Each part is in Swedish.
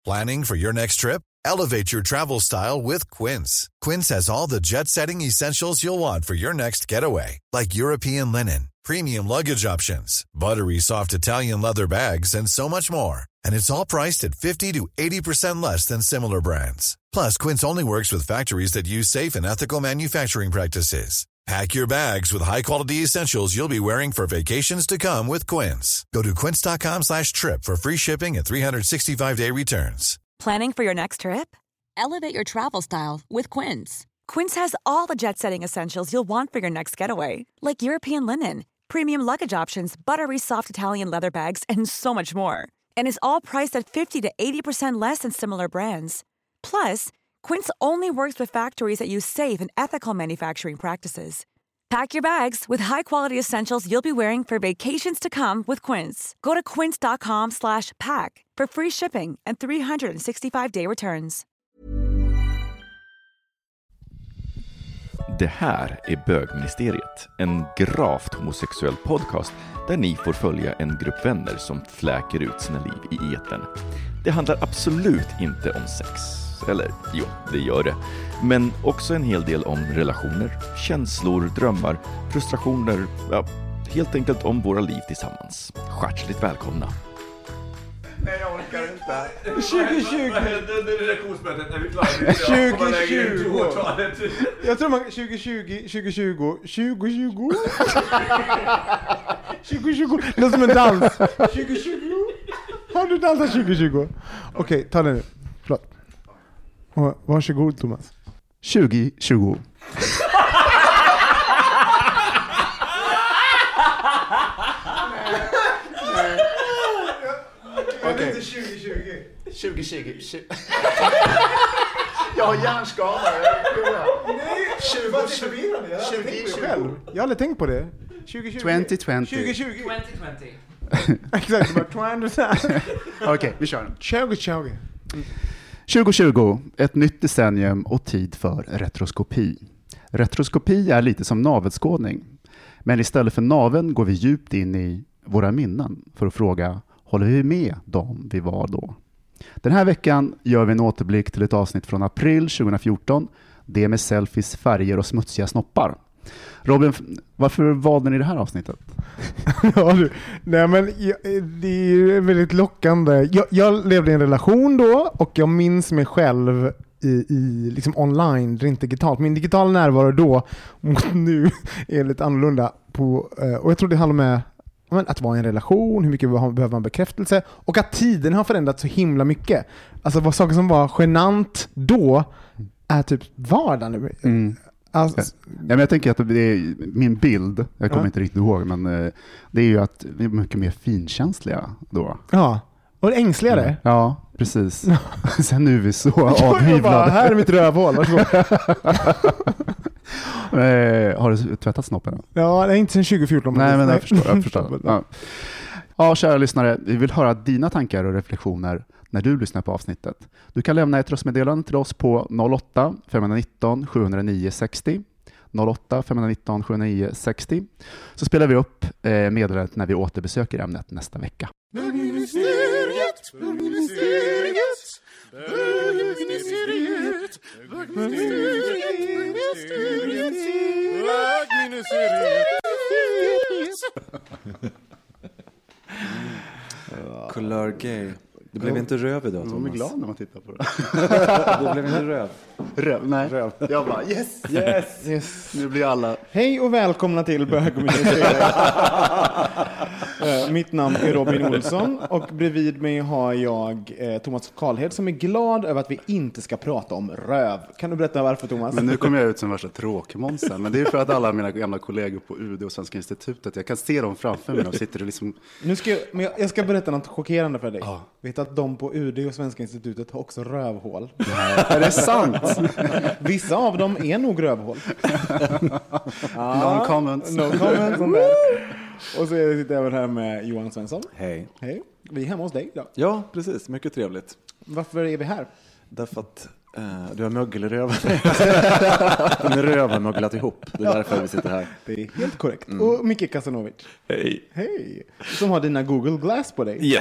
Planning for your next trip? Elevate your travel style with Quince. Quince has all the jet-setting essentials you'll want for your next getaway, like European linen, premium luggage options, buttery soft Italian leather bags, and so much more. And it's all priced at 50 to 80% less than similar brands. Plus, Quince only works with factories that use safe and ethical manufacturing practices. Pack your bags with high-quality essentials you'll be wearing for vacations to come with Quince. Go to quince.com/trip for free shipping and 365-day returns. Planning for your next trip? Elevate your travel style with Quince. Quince has all the jet-setting essentials you'll want for your next getaway, like European linen, premium luggage options, buttery soft Italian leather bags, and so much more. And is all priced at 50 to 80% less than similar brands. Plus, Quince only works with factories that use safe and ethical manufacturing practices. Pack your bags with high-quality essentials you'll be wearing for vacations to come with Quince. Go to quince.com/pack for free shipping and 365-day returns. Det här är Bögministeriet, en gravt homosexuell podcast där ni får följa en grupp vänner som fläker ut sina liv i etern. Det handlar absolut inte om sex. Eller, jo, det gör det. Men också en hel del om relationer, känslor, drömmar, frustrationer. Ja, helt enkelt om våra liv tillsammans. Hjärtligt välkomna. Nej, jag orkar inte. 2020. Det är redaktionsmötet. Är vi klara? 2020. Jag tror man 2020. 2020. Det är som en dans. 2020. Har du dansat 2020? Okej, ta det nu. Förlåt. Varsågod, Thomas. 2020. Okej. 2020. Jag har hjärnskada. Jag har aldrig tänkt på det. 2020. 2020. Exakt, bara 2020. Okej, vi kör. 2020. 2020, ett nytt decennium och tid för retroskopi. Retroskopi är lite som navelskådning. Men istället för naveln går vi djupt in i våra minnen för att fråga, håller vi med dem vi var då? Den här veckan gör vi en återblick till ett avsnitt från april 2014. Det med selfies, färger och smutsiga snoppar. Robin, varför valde ni det här avsnittet? Nej, men det är väldigt lockande. Jag levde i en relation då och jag minns mig själv i liksom online, rent digitalt. Min digitala närvaro då mot nu är lite annorlunda och jag tror det handlar med att vara i en relation, hur mycket behöver man bekräftelse och att tiden har förändrats så himla mycket. Alltså vad saker som var genant då är typ vardag nu. Alltså, men jag tänker att det är min bild, jag kommer inte riktigt ihåg, men det är ju att vi är mycket mer finkänsliga då. Ja, och ängsligare. Ja, precis. Sen nu är vi så avhyvlade. Här är mitt rövhål, varsågod. Har du tvättat snoppen? Ja, det är inte sen 2014. Nej, men jag förstår. Ja, kära lyssnare, vi vill höra dina tankar och reflektioner när du lyssnar på avsnittet. Du kan lämna ett röstmeddelande till oss på 08 519 709 60. 08 519 709 60. Så spelar vi upp meddelandet när vi återbesöker ämnet nästa vecka. Bögministeriet. Color gay. Det blev inte röv idag, Thomas. Jag är glad när man tittar på det. Det blev inte röv. Nej. Röv. Jag bara, yes. Nu blir alla... Hej och välkomna till Bögministeriet. Mitt namn är Robin Olsson och bredvid mig har jag Thomas Karlhed som är glad över att vi inte ska prata om röv. Kan du berätta varför, Thomas? Men nu kommer jag ut som värsta tråkmånsen. Men det är för att alla mina gamla kollegor på UD och Svenska institutet, jag kan se dem framför mig. De sitter och liksom... Jag ska berätta något chockerande för dig. Vet att de på UD och Svenska institutet har också rövhål. Är det sant? Vissa av dem är nog rövhål. No comments. No comments on that. Och så sitter jag här med Johan Svensson. Hej. Hej. Vi är hemma hos dig idag. Ja, precis. Mycket trevligt. Varför är vi här? Därför att du har mögelröv. Din röv har möglat ihop. Det är därför vi sitter här. Det är helt korrekt. Och Micke Kasanovic. Hej. Hej. Som har dina Google Glass på dig. Yes.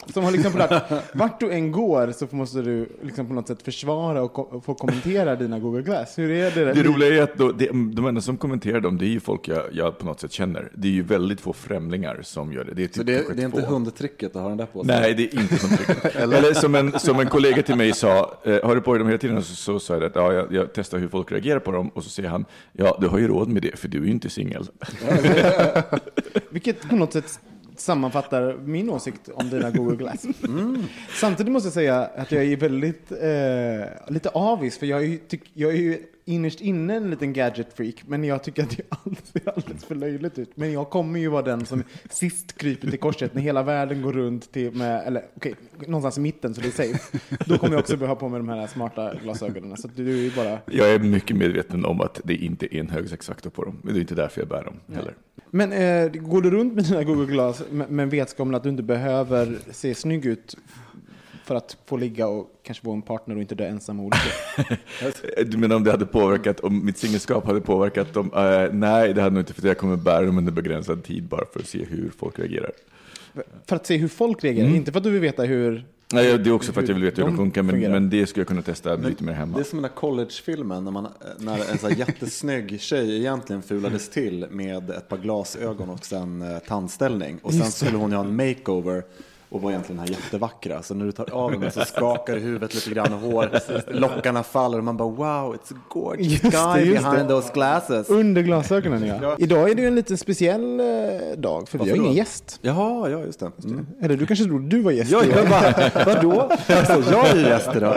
som har liksom vart du än går så måste du liksom på något sätt försvara och få kommentera dina Google Glass. Hur är det? Det roliga är att de enda som kommenterar dem, det är ju folk jag på något sätt känner. Det är ju väldigt få främlingar som gör det. Det är, typ så det är inte hundtricket att ha den där på sig? Nej, det är inte hundtricket. Eller som en kollega till mig sa, har du på dig dem hela tiden? Så sa jag att jag testar hur folk reagerar på dem. Och så säger han, ja, du har ju råd med det, för du är ju inte singel. Vilket på något sätt sammanfattar min åsikt om dina Google Glass. Samtidigt måste jag säga att jag är väldigt lite avis, för jag är ju innerst inne en liten gadget-freak, men jag tycker att det ser alldeles för löjligt ut. Men jag kommer ju vara den som sist kryper till korset när hela världen går runt någonstans i mitten, så det är safe. Då kommer jag också behöva på mig de här smarta glasögonen. Så du är ju bara... Jag är mycket medveten om att det inte är en högexaktor på dem. Men det är inte därför jag bär dem heller. Men går du runt med dina Google Glass med vetskap om att du inte behöver se snygg ut för att få ligga och kanske få en partner och inte dö ensam och olika? Du menar om det hade påverkat, om mitt singelskap hade påverkat dem? Nej, det hade nog inte, för jag kommer bära dem under begränsad tid bara för att se hur folk reagerar. För att se hur folk reagerar, inte för att du vill veta hur... Nej, det är också för att jag vill veta hur de funkar, men det skulle jag kunna testa lite mer hemma. Det är som den här college-filmen när en så här jättesnygg tjej egentligen fulades till med ett par glasögon och sen tandställning. Och sen skulle hon ha en makeover och var egentligen den här jättevackra. Så när du tar av den så skakar huvudet lite grann och lockarna faller och man bara wow, it's a gorgeous guy behind those glasses. Under glasögonen, ja. Idag är det ju en lite speciell dag, för vi har ingen gäst. Jaha, ja just det. Eller du kanske tror du var gäst. Ja, jag bara, vadå? Alltså, jag är gäst idag.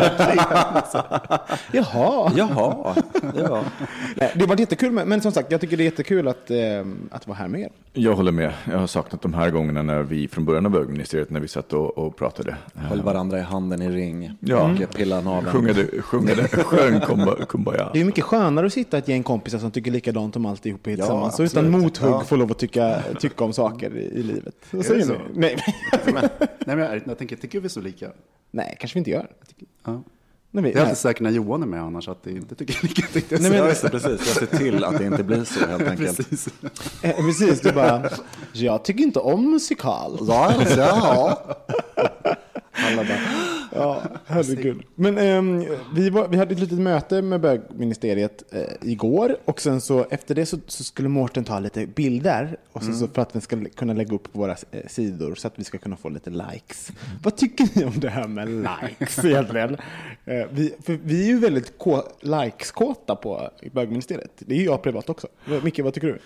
Jaha. Ja. Det var jättekul, men som sagt, jag tycker det är jättekul att vara här med er. Jag håller med. Jag har saknat de här gångerna när vi från början av bögministeriet, när vi satt och pratade. Höll varandra i handen i ring. Ja. Och pilla naveln. Sjöng Kumbaya. Det är mycket skönare att sitta ett gäng kompisar som tycker likadant om alltihop tillsammans. Så utan mothugg får lov att tycka om saker i livet. Vad säger ni? Nej. Nej, men jag tycker vi så lika. Nej, kanske vi inte gör. Ja. Det är alltid säkert när Johan är med, annars att det inte tycker lika. Precis. Jag ser till att det inte blir så helt enkelt. Precis, du bara, jag tycker inte om musikal. Ja. Alla bara, ja, herregud. Men vi hade ett litet möte med bögministeriet igår, och sen så efter det så skulle Mårten ta lite bilder och så för att vi ska kunna lägga upp på våra sidor så att vi ska kunna få lite likes. Vad tycker ni om det här med likes egentligen? Vi är ju väldigt likeskåta på bögministeriet. Det är ju jag privat också. Micke, vad tycker du?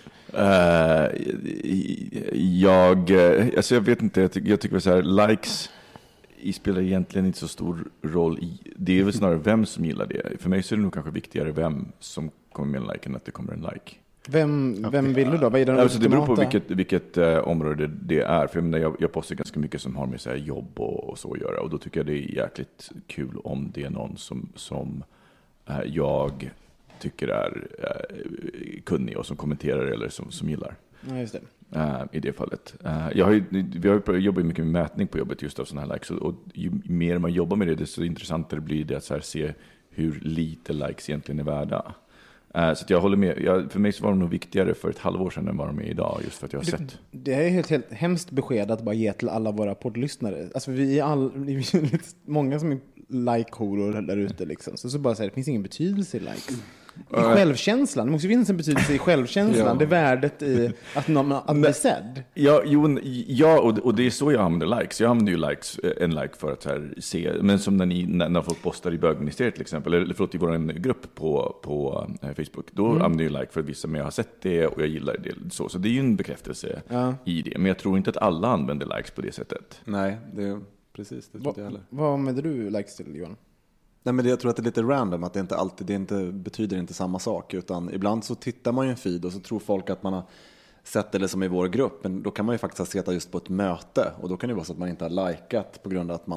Jag vet inte, jag tycker så här, likes spelar egentligen inte så stor roll i. Det är väl snarare vem som gillar det. För mig så är det nog kanske viktigare vem som kommer med en like än att det kommer en like. Vem vill du då? Vad är alltså, det beror på vilket område det är. För jag postar ganska mycket som har med så här jobb och så att göra. Och då tycker jag det är jäkligt kul om det är någon som jag tycker är kunnig och som kommenterar eller som gillar. Ja, just det. I det fallet. Vi har jobbat mycket med mätning på jobbet just av sådana här likes, och ju mer man jobbar med det, desto intressantare blir det att så här se hur lite likes egentligen är värda. Så att jag håller med. För mig så var de nog viktigare för ett halvår sedan än vad de är idag, just för att jag har sett. Det är helt hemskt besked att bara ge till alla våra poddlyssnare. Alltså vi är många som är like-horor där ute liksom. Så bara säger det finns ingen betydelse i likes. I självkänslan. Det måste finnas en betydelse i självkänslan. Det är värdet i att någon blir sedd. Ja, och det är så jag använder likes. Jag använder ju en like för att här se. Men som när folk postar i bögministeriet till exempel. Eller förlåt, i vår grupp på Facebook. Då använder jag like för att visa mig jag har sett det och jag gillar det. Så det är ju en bekräftelse i det. Men jag tror inte att alla använder likes på det sättet. Nej, det är precis. Det tror inte jag heller. Vad använder du likes till, Johan? Nej, men jag tror att det är lite random, att det betyder inte samma sak, utan ibland så tittar man ju en feed och så tror folk att man har sett det som i vår grupp, men då kan man ju faktiskt ha sett just på ett möte, och då kan det vara så att man inte har likat på grund av att man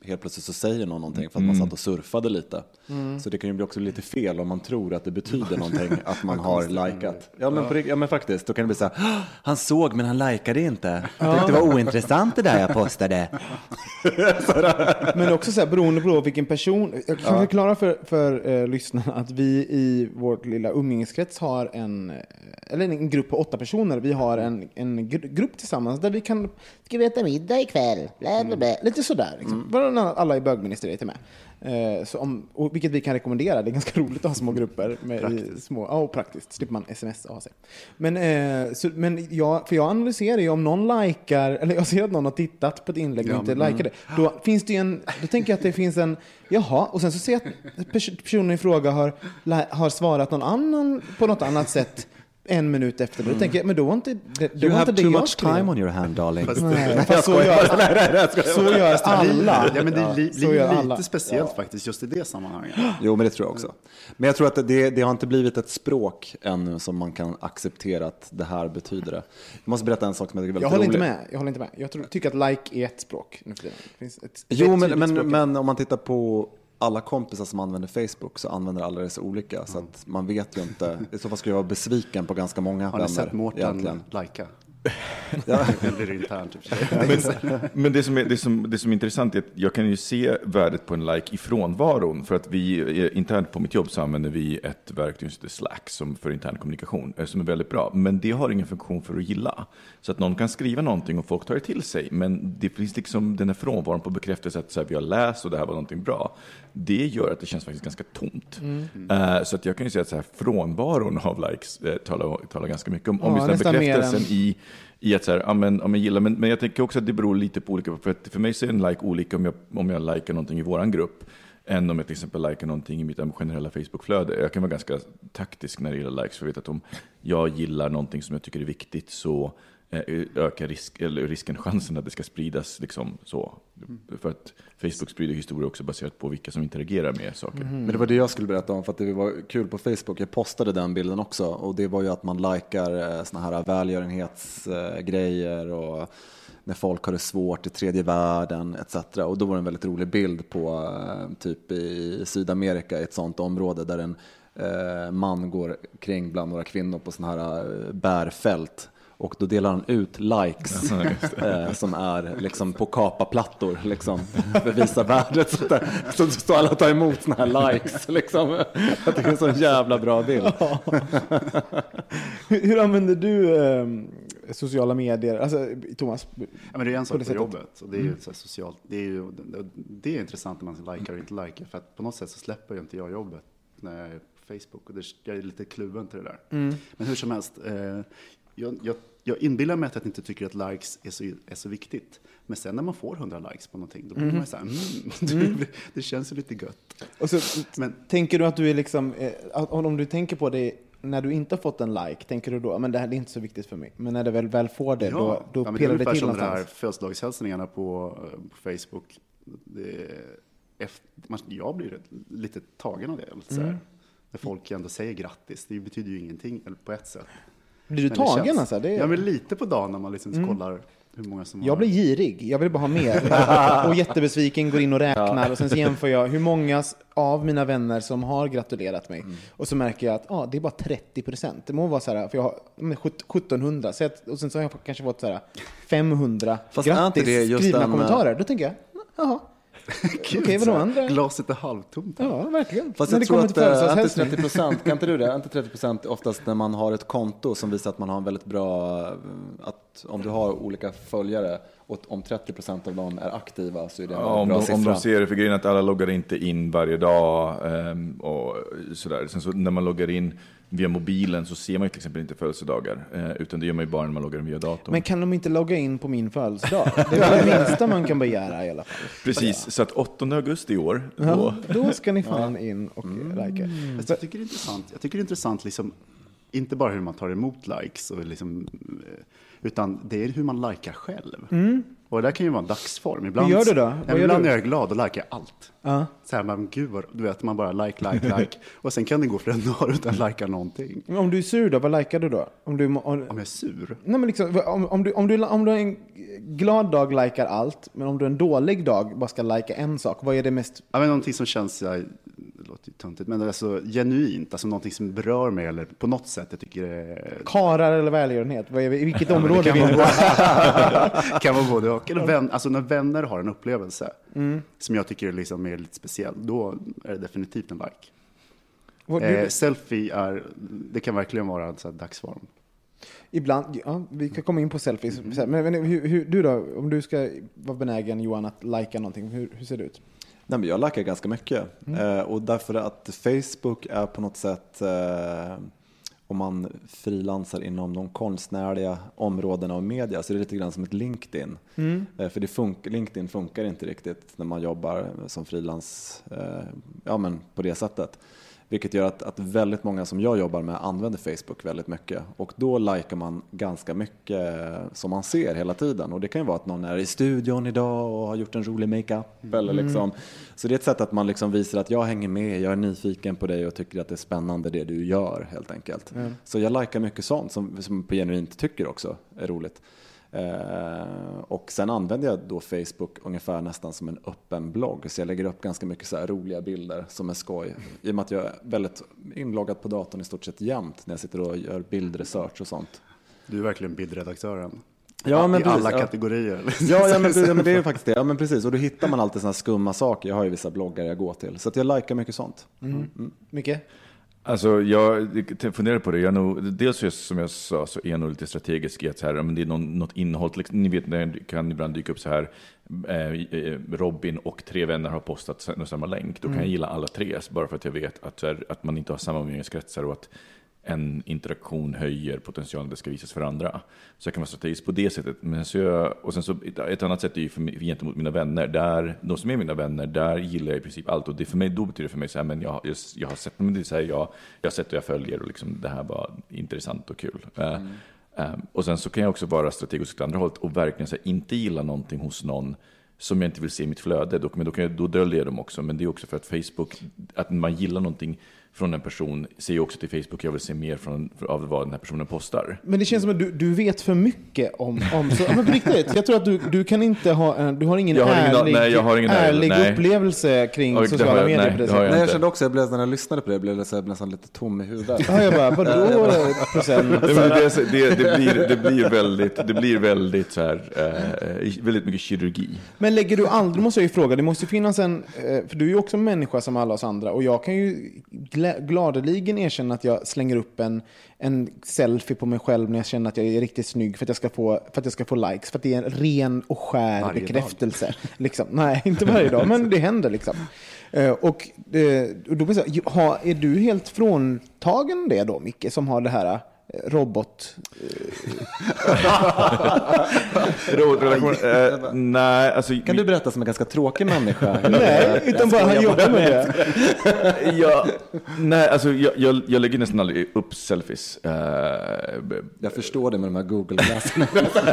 helt plötsligt så säger någon någonting för att man satt och surfade lite. Så det kan ju bli också lite fel om man tror att det betyder någonting att man har likat. Ja men faktiskt, då kan det bli så här, han såg men han likade inte. Jag tyckte det var ointressant det där jag postade. Men också så här, beroende på vilken person. Jag kan förklara för lyssnarna att vi i vårt lilla umgängeskrets har en grupp på 8 personer. Vi har en grupp tillsammans där vi ska vi äta middag ikväll? Lite sådär. Liksom. Alla i bögministeriet är med. Vilket vi kan rekommendera. Det är ganska roligt att ha små grupper. Och praktiskt. Slipper man sms och ha sig. För jag analyserar ju om någon likar, eller jag ser att någon har tittat på ett inlägg och inte likar det. Då finns det ju då tänker jag att det finns och sen så ser jag att personen i fråga har svarat någon annan på något annat sätt 1 minut efter. Då tänker jag, men då var inte det. You have too much time on your hand, darling. Så gör alla. Ja, men det blir lite speciellt faktiskt just i det sammanhanget. Jo, men det tror jag också. Men jag tror att det har inte blivit ett språk ännu som man kan acceptera att det här betyder det. Jag måste berätta en sak som jag tycker är väldigt rolig. Jag håller inte med. Jag tycker att like är ett språk. Jo, men om man tittar på alla kompisar som använder Facebook så använder alla det så olika så att man vet ju inte. I så fall skulle jag vara besviken på ganska många vänner. Har ni sett Mårten lajka? Ja. Det blir internt. Men det som är intressant är att jag kan ju se värdet på en like i frånvaron, för att vi internt på mitt jobb så använder vi ett verktyg som heter Slack som för intern kommunikation som är väldigt bra, men det har ingen funktion för att gilla, så att någon kan skriva någonting och folk tar det till sig, men det finns liksom den här frånvaron på bekräftelse att så här, vi har läst och det här var någonting bra. Det gör att det känns faktiskt ganska tomt. Så att jag kan ju säga att så här, frånvaron av likes talar ganska mycket om just den bekräftelsen i att så här, ja men gilla, men jag tänker också att det beror lite på olika, för mig så är en like olika om jag likar någonting i våran grupp än om jag till exempel likar någonting i mitt generella Facebookflöde. Jag kan vara ganska taktisk när det gäller likes, för jag vet att om jag gillar någonting som jag tycker är viktigt så ökar risken, chansen att det ska spridas liksom så. För att Facebook sprider historier också baserat på vilka som interagerar med saker. Men det var det jag skulle berätta om, för att det var kul på Facebook. Jag postade den bilden också, och det var ju att man likar såna här välgörenhetsgrejer och när folk har det svårt i tredje världen etc. Och då var det en väldigt rolig bild på typ i Sydamerika, i ett sånt område där en man går kring bland några kvinnor på såna här bärfält. Och då delar han ut likes som är liksom på kapaplattor liksom, för att visa värdet. Så alla tar emot såna här likes. Liksom. Jag tycker det är en sån jävla bra bild. Hur använder du sociala medier? Alltså, Thomas? Ja, men det är en sak på jobbet. Och det är ju så socialt. Det är intressant när man likar och inte likar. För att på något sätt så släpper ju inte jag jobbet när jag är på Facebook. Och jag är lite kluven till det där. Men hur som helst... Jag inbillar mig att jag inte tycker att likes är så viktigt. Men sen när man får 100 likes på någonting, då blir man så här, det känns ju lite gött. Och så, tänker du att du är liksom, om du tänker på det när du inte har fått en like, tänker du då, men det här är inte så viktigt för mig. Men när du väl får det, då pelar det till någonstans. Det här födelsedagshälsningarna på Facebook. Jag blir lite tagen av det. Så här, när folk ändå säger grattis, det betyder ju ingenting på ett sätt. Blir du tagen alltså? Jag blir lite på dagen när man liksom kollar hur många som Jag blir girig. Jag vill bara ha mer. Och jättebesviken, går in och räknar. Och sen så jämför jag hur många av mina vänner som har gratulerat mig. Och så märker jag att det är bara 30%. Det må vara så här, för jag har 1700. Och sen så har jag kanske fått så här 500 grattis skrivna kommentarer. Då tänker jag, jaha. Okej, vadå andra? Glaset är halvtomt. Ja, verkligen. Fast jag tror att 30%, kan inte du det? Inte 30% oftast när man har ett konto som visar att man har en väldigt bra, att om du har olika följare och om 30% av dem är aktiva så är det en bra siffra. Om de ser det, för grejen att alla loggar inte in varje dag och sådär. Sen så när man loggar in via mobilen så ser man ju till exempel inte födelsedagar, utan det gör man ju bara när man loggar in via datorn. Men kan de inte logga in på min födelsedag? Det är det minsta man kan begära i alla fall. Precis, så att 8 augusti i år. Då ska ni fan in och likea. Jag tycker det är intressant liksom, inte bara hur man tar emot likes och liksom, utan det är hur man likar själv. Och det där kan ju vara en dagsform. Ibland, hur gör du då? Ibland är jag glad och likar allt. Så här, man, gud, du vet, man bara like. Och sen kan det gå flera dagar utan att lika någonting. Men om du är sur då, vad likar du då? Om jag är sur? Nej, men liksom, om du har en glad dag likar allt, men om du har en dålig dag bara ska lika en sak, vad är det mest? Ja, men någonting som känns, det låter ju töntigt, men det är så genuint, alltså någonting som berör mig eller på något sätt jag tycker det är... Karar eller välgörenhet? I vilket område vill du? Kan vara både och. Alltså när vänner har en upplevelse som jag tycker liksom är lite speciell, då är det definitivt en like. Selfie det kan verkligen vara en sån här dagsform. Ibland, ja, vi kan komma in på selfies. Men hur, du då, om du ska vara benägen, Johan, att lika någonting, hur ser det ut? Nej, men jag likar ganska mycket. Och därför att Facebook är på något sätt, om man frilansar inom de konstnärliga områdena och media, så är det lite grann som ett LinkedIn. För LinkedIn funkar inte riktigt när man jobbar som frilans på det sättet. Vilket gör att väldigt många som jag jobbar med använder Facebook väldigt mycket. Och då likar man ganska mycket som man ser hela tiden. Och det kan ju vara att någon är i studion idag och har gjort en rolig makeup. Eller liksom. Så det är ett sätt att man liksom visar att jag hänger med, jag är nyfiken på dig och tycker att det är spännande det du gör helt enkelt. Så jag likar mycket sånt som på genuint tycker också är roligt. Och sen använder jag då Facebook ungefär nästan som en öppen blogg, så jag lägger upp ganska mycket så här roliga bilder som är skoj, i och med att jag är väldigt inloggad på datorn i stort sett jämt när jag sitter och gör bildresearch och sånt. Du är verkligen bildredaktören. Ja, men i alla kategorier. Ja, men det är ju faktiskt det. Ja, men precis. Och då hittar man alltid såna skumma saker. Jag har ju vissa bloggar jag går till, så att jag likar mycket sånt. Mycket? Alltså jag funderar på det. Dels som jag sa så är jag nog lite strategisk i att så här, men det är något innehåll. Ni vet, det kan ibland dyka upp så här, Robin och 3 vänner har postat samma länk. Då kan jag gilla alla 3, bara för att jag vet att man inte har samma umgängeskretsar och att en interaktion höjer potentialen det ska visas för andra. Så jag kan vara strategisk på det sättet. Men och sen så ett annat sätt är ju gentemot mina vänner. De som är mina vänner, där gillar jag i princip allt. Och det för mig, då betyder det för mig så här, men jag har sett, men det är så här, jag har sett och jag följer och liksom, det här var intressant och kul. Och sen så kan jag också vara strategisk åt andra hållet och verkligen så här, inte gilla någonting hos någon som jag inte vill se i mitt flöde. Då döljer jag dem också. Men det är också för att Facebook, att man gillar någonting från en person, ser ju också till Facebook, jag vill se mer av vad den här personen postar. Men det känns som att du vet för mycket om så, men på riktigt, jag tror att du kan inte ha du har ingen ärlig upplevelse kring sociala medier. Jag kände också, när jag lyssnade på det, blev jag nästan lite tom i huvudet. Ja, jag bara, vadå procent? Det blir väldigt så här, väldigt mycket kirurgi. Men lägger du aldrig, måste jag ju fråga, det måste finnas för du är ju också en människa som alla oss andra, och jag kan ju gladeligen erkänna att jag slänger upp en selfie på mig själv när jag känner att jag är riktigt snygg för att jag ska få likes, för att det är en ren och skär varje bekräftelse liksom. Nej, inte varje dag, men det händer liksom. Och då blir det så, är du helt fråntagen det då, Micke, som har det här robot nej, alltså, kan du berätta som en ganska tråkig människa? Nej, utan bara han jobbar med det. Nej, alltså jag lägger nästan aldrig upp selfies. Jag förstår det med de här Google-glasserna.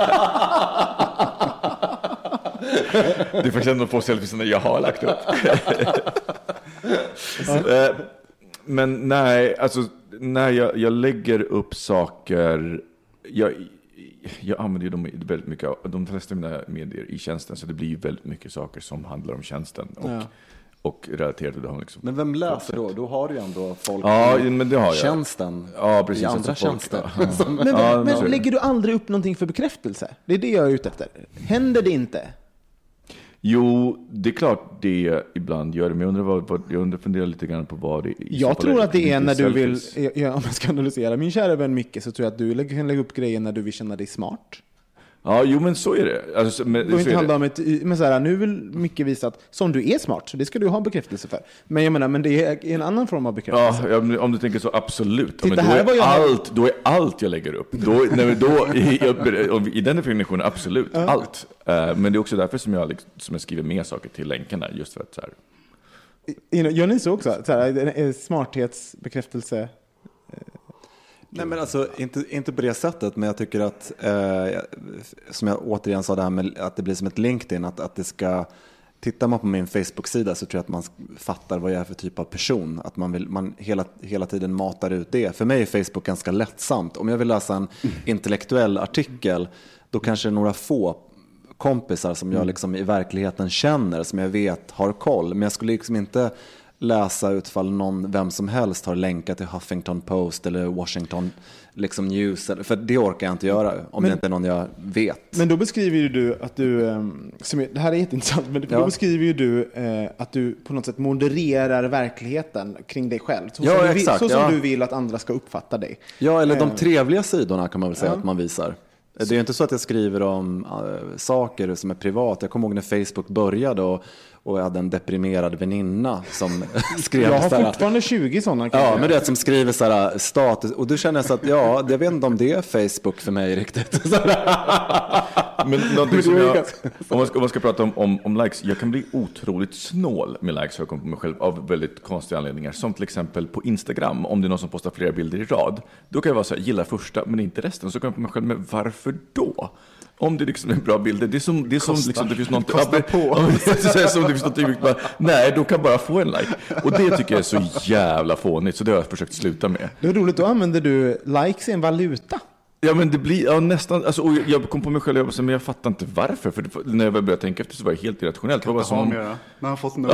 Det är faktiskt ändå få selfies när jag har lagt upp. Men nej, alltså när jag lägger upp saker, jag använder ju dem väldigt mycket, de flesta av mina medier i tjänsten, så det blir ju väldigt mycket saker som handlar om tjänsten och relaterat till det. Liksom. Men vem läser då? Då har du ju ändå folk men det har jag. Tjänsten. Ja, precis. I andra tjänster. Men lägger du aldrig upp någonting för bekräftelse? Det är det jag är ute efter. Händer det inte? Jo, det är klart det ibland gör det, men jag funderar lite grann på vad det är. Jag tror att det är när du vill, om jag ska analysera min kära vän Micke, så tror jag att du kan lägga upp grejer när du vill känna dig smart. Ja, jo, men så är det. Alltså, det inte handla om men så här, nu vill Micke visa att som du är smart, så det ska du ha bekräftelse för. Men jag menar, men det är en annan form av bekräftelse. Ja, om du tänker så, absolut. Men då är allt jag lägger upp. I den definitionen, absolut. Allt. Men det är också därför som jag skriver mer saker till länkarna. Just för att så här. Gör ni så också? Så här, smarthetsbekräftelse? Nej, men alltså inte på det sättet, men jag tycker att som jag återigen sa, det här med att det blir som ett LinkedIn, att det ska, tittar man på min Facebook-sida så tror jag att man fattar vad jag är för typ av person, att man hela tiden matar ut det. För mig är Facebook ganska lättsamt. Om jag vill läsa en intellektuell artikel, då kanske några få kompisar som jag liksom i verkligheten känner, som jag vet har koll, men jag skulle liksom inte läsa utfall vem som helst har länkat till Huffington Post eller Washington liksom News, för det orkar jag inte göra om det inte är någon jag vet. Men då beskriver ju du att du, det här är jätteintressant, men då beskriver ju du att du på något sätt modererar verkligheten kring dig själv. Så som du vill att andra ska uppfatta dig. Ja, eller de trevliga sidorna kan man väl säga att man visar. Det är ju inte så att jag skriver om saker som är privat. Jag kommer ihåg när Facebook började och jag hade en deprimerad väninna som skrev jag har fortfarande 20 sådana. Ja, men det som skriver så här status, och du känner så att jag vet inte om det är Facebook för mig riktigt. Men någonting som om man ska prata om likes, jag kan bli otroligt snål med likes jag kommer på mig själv av väldigt konstiga anledningar, som till exempel på Instagram, om det är någon som postar flera bilder i rad, då kan jag vara så här, gilla första men inte resten, så kan jag på mig själv, men varför då? Om det liksom är bra bilder, det är som liksom, det finns något som det finns något typ, nej, då kan bara få en like. Och det tycker jag är så jävla fånigt, så det har jag försökt sluta med. Det är roligt, då använder du likes i en valuta. Ja, men det blir nästan, alltså, och jag kom på mig själv och men jag fattar inte varför, för när jag började tänka efter så var det helt irrationellt. Det var som när han fått en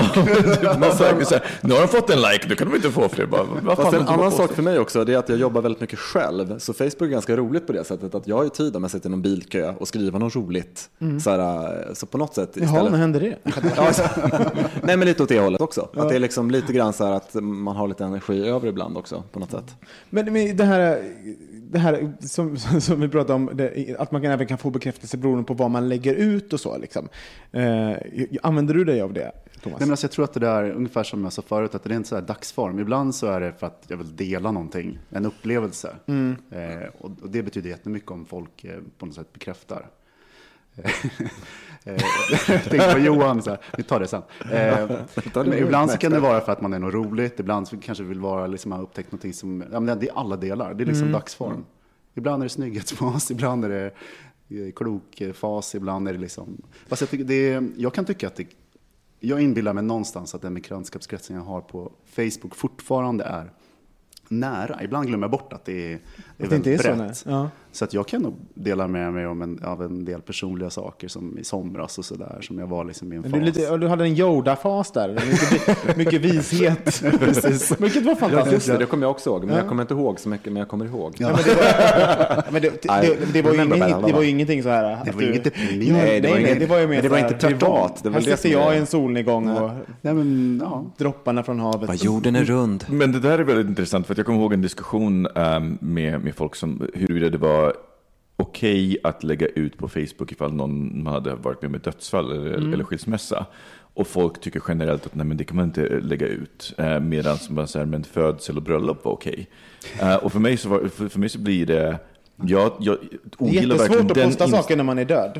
nu har han fått en like, då kan de inte få fler. Fast en annan sak för mig också, det är att jag jobbar väldigt mycket själv, så Facebook är ganska roligt på det sättet att jag har ju tid om jag sitter i någon bilkö och skriver något roligt. Så på något sätt istället. Jaha, när händer det? Nej, men lite åt det hållet också. Att det är liksom lite grann så här att man har lite energi över ibland också på något sätt. Men det här som vi pratade om, att man även kan få bekräftelse beroende på vad man lägger ut och så. Liksom. Använder du dig av det, Thomas? Nej, men alltså, jag tror att det där är ungefär som jag sa förut, att det är inte så här dagsform. Ibland så är det för att jag vill dela någonting, en upplevelse. Och det betyder jättemycket om folk på något sätt bekräftar. Jag tänkte på Johan, så här, vi tar det sen. Men ibland så kan det vara för att man är något roligt, ibland så kanske vill vara liksom, ha upptäckt någonting som, ja, men det är alla delar, det är liksom dagsform. Ibland är det snygghetsfas, ibland är det klokfas, ibland är det liksom, fast jag kan tycka att jag inbillar mig någonstans att den bekantskapskretsen jag har på Facebook fortfarande är nära. Ibland glömmer jag bort att det är väldigt brett. Så att jag kan nog dela med mig av en del personliga saker som i somras och sådär, som jag var liksom i en fas. Du hade en Yoda-fas där. Mycket vishet. Mycket var fantastiskt. Ja, det kommer jag också ihåg. Men jag kommer inte ihåg så mycket, men jag kommer ihåg. Ja. Det var ju ingenting så här. Det var inget deprimerande. Nej, det var ju mer. Det var inte privat. Här sitter jag i en solnedgång och dropparna från havet. Vad jorden är rund. Men det där är väldigt intressant, för att jag kommer ihåg en diskussion med folk som huruvida det var okej att lägga ut på Facebook ifall någon hade varit med dödsfall eller skilsmässa. Och folk tycker generellt att nej, men det kan man inte lägga ut, medan man säger men födsel och bröllop var okej. Och för mig så blir det jag ogillar jättesvårt verkligen att posta saker när man är död.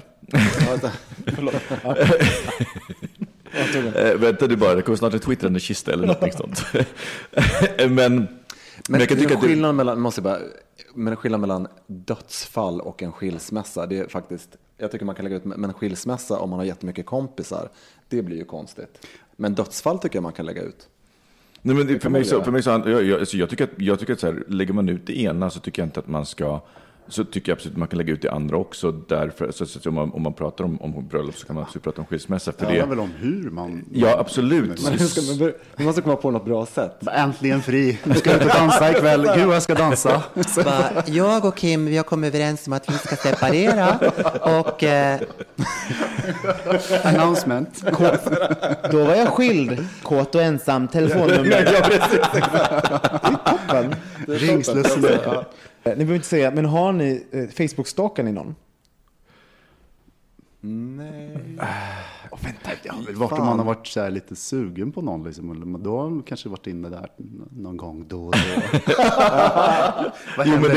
Vänta du bara, det kommer snart en twittrande kista eller något sånt. Men jag kan tycka att skillnaden mellan dödsfall och en skilsmässa, det är faktiskt, jag tycker man kan lägga ut, men en skilsmässa om man har jättemycket kompisar, det blir ju konstigt. Men dödsfall tycker jag man kan lägga ut. Nej, men det, för mig så jag tycker att så här, lägger man ut det ena så tycker jag inte att man ska, så tycker jag absolut att man kan lägga ut det andra också, därför så om man pratar om bröllop så kan man också prata om skilsmässa, för det är väl om hur man. Ja, absolut. Man måste komma på något bra sätt. Äntligen fri. Nu ska jag inte dansa ikväll. Gud, jag ska dansa. Jag och Kim, vi har kommit överens om att vi ska separera och announcement. Då var jag skild, kåt och ensam, telefonnummer. Toppen. Ringslussen. Ni behöver inte säga, men har ni Facebook-stalkar ni någon? Nej. Det har väl varit om man har varit så här lite sugen på någon liksom. Då har man kanske varit inne där någon gång då och då. Jo, men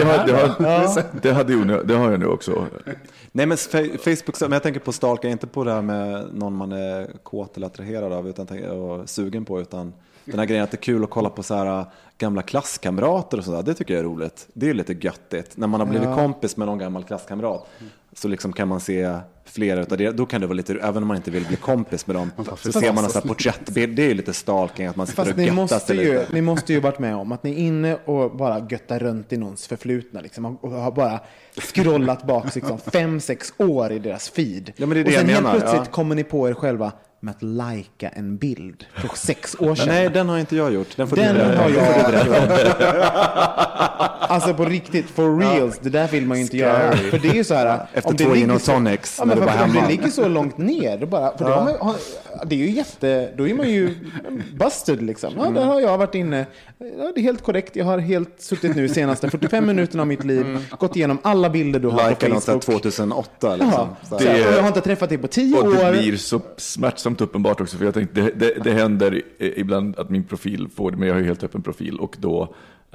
det har jag nu också. Nej, men Facebook, men jag tänker på stalka, inte på det här med någon man är kåt eller attraherad av och sugen på, utan den här grejen att det är kul att kolla på så här gamla klasskamrater och sådär. Det tycker jag är roligt. Det är lite göttigt. När man har blivit kompis med någon gammal klasskamrat så liksom kan man se flera utav det. Då kan det vara lite, även om man inte vill bli kompis med dem, så ser man en sån här porträttbild. Det är ju lite stalking att man sitter och göttar sig lite. Ni måste ju varit med om att ni är inne och bara göttar runt i någons förflutna liksom, och har bara scrollat bak liksom 5-6 år i deras feed. Ja, men det är det och sen jag menar. helt plötsligt kommer ni på er själva med att lajka en bild för 6 år sedan. Nej, den har inte jag gjort. Den har jag. Alltså på riktigt, for reals, det där vill man ju inte göra. För det är ju så här, efter 2 gin och tonics, ja, men för det ligger så långt ner, då bara, för det är ju då är man ju busted liksom. Ja, där har jag varit inne. Ja, det är helt korrekt. Jag har helt suttit nu senaste 45 minuterna av mitt liv, gått igenom alla bilder du har på Facebook. 2008 liksom. Jag har inte träffat dig på 10 år. Och det blir så smärtsamt uppenbart också, för jag tänkte det händer ibland att min profil får det, men jag har ju helt öppen profil, och då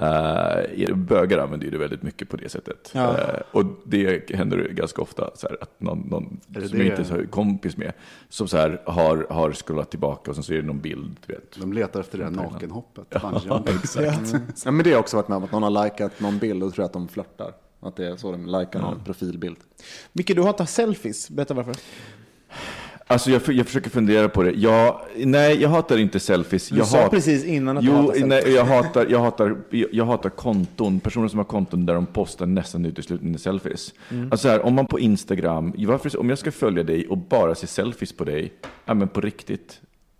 bögar använder ju det väldigt mycket på det sättet. Och det händer ganska ofta så här, att någon som jag inte är kompis med som så här har scrollat tillbaka, och sen så är det någon bild, du vet. De letar efter det här nakenhoppet. Ja, exakt. Ja, men det har också varit med om att någon har likat någon bild och tror att de flörtar. Att det är så de likar någon profilbild. Micke, du hatar selfies. Berätta varför. Alltså jag försöker fundera på det. Nej, jag hatar inte selfies. Du sa precis innan att du hatar selfies. Nej, jag hatar konton. Personer som har konton där de postar nästan uteslutande selfies. Alltså här, om man på Instagram, om jag ska följa dig och bara se selfies på dig, men på riktigt,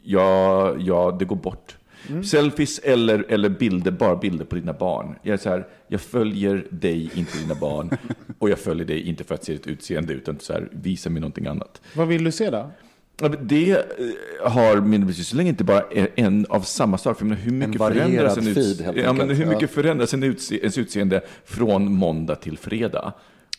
det går bort. Selfies eller bilder, bara bilder på dina barn. Jag följer dig, inte dina barn. Och jag följer dig inte för att se ett utseende, utan så här, visa mig någonting annat. Vad vill du se då? Det har min betydelse så länge inte bara är en av samma sak. För hur mycket förändras hur mycket förändras ens utseende från måndag till fredag?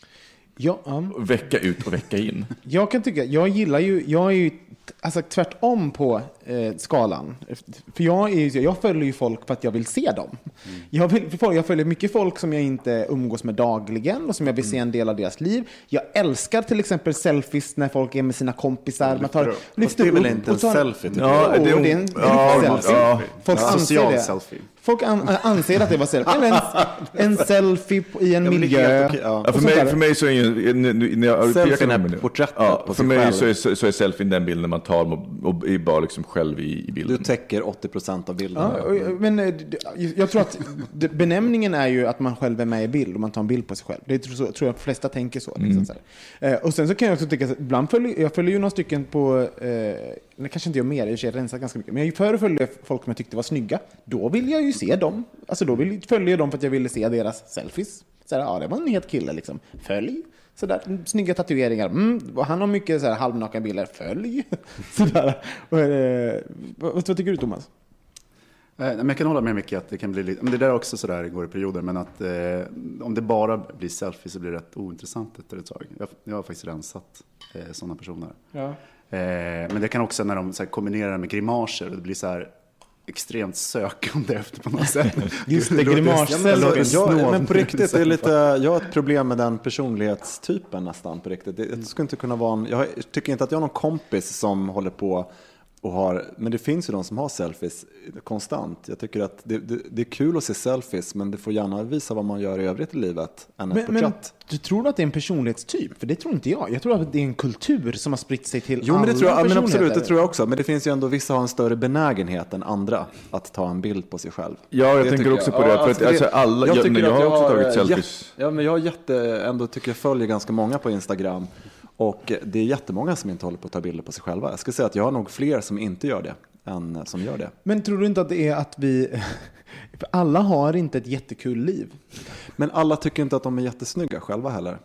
Vecka ut och vecka in. Jag kan tycka, jag är ju alltså tvärtom på skalan. För jag följer ju folk för att jag vill se dem. Jag följer mycket folk som jag inte umgås med dagligen och som jag vill se en del av deras liv. Jag älskar till exempel selfies när folk är med sina kompisar. Man lyfter det är väl inte en selfie? Det är en selfie. Folk anser det. Selfie. Folk anser att det var selfie. Eller en selfie i en miljö. För mig så är selfien är porträttet på för mig så är selfien den bilden man tar och är bara liksom själv i bilden. Du täcker 80% av bilden. Men jag tror att benämningen är ju att man själv är med i bild och man tar en bild på sig själv. Det tror jag de flesta tänker så. Liksom, så och sen så kan jag också tycka att ibland följer ju några stycken på det kanske inte gör mer, jag rensar ganska mycket. Men jag följde folk som jag tyckte var snygga. Då vill jag ju se dem. Alltså då följer jag dem för att jag ville se deras selfies. Så här, det var en het kille liksom. Följ. Sådär, snygga tatueringar. Han har mycket så här halvnakna bilder. Följ. Sådär. Vad tycker du, Thomas? Men jag kan hålla med mycket att det kan bli lite, men det där också så där går i perioder, men att om det bara blir selfie så blir det rätt ointressant efter ett tag. Jag har faktiskt rensat sådana personer. Ja. Men det kan också när de så här, kombinerar med grimaser och det blir så här extremt sökande efter på något sätt. Just det, grimaser. Men på riktigt, det är lite, jag har ett problem med den personlighetstypen nästan på riktigt. Det skulle inte kunna vara jag tycker inte att jag har någon kompis som håller på och har, men det finns ju de som har selfies konstant. Jag tycker att det är kul att se selfies, men det får gärna visa vad man gör i övrigt i livet än ett porträtt. Men du tror att det är en personlighetstyp? För det tror inte jag. Jag tror att det är en kultur som har spritt sig till alla. Men det tror jag, men absolut, det tror jag också. Men det finns ju ändå, vissa har en större benägenhet än andra att ta en bild på sig själv. Ja, jag tänker också på det. För att, alla, jag har också tagit selfies. Men jag har tycker jag följer ganska många på Instagram. Och det är jättemånga som inte håller på att ta bilder på sig själva. Jag ska säga att jag har nog fler som inte gör det än som gör det. Men tror du inte att det är att för alla har inte ett jättekul liv. Men alla tycker inte att de är jättesnygga själva heller.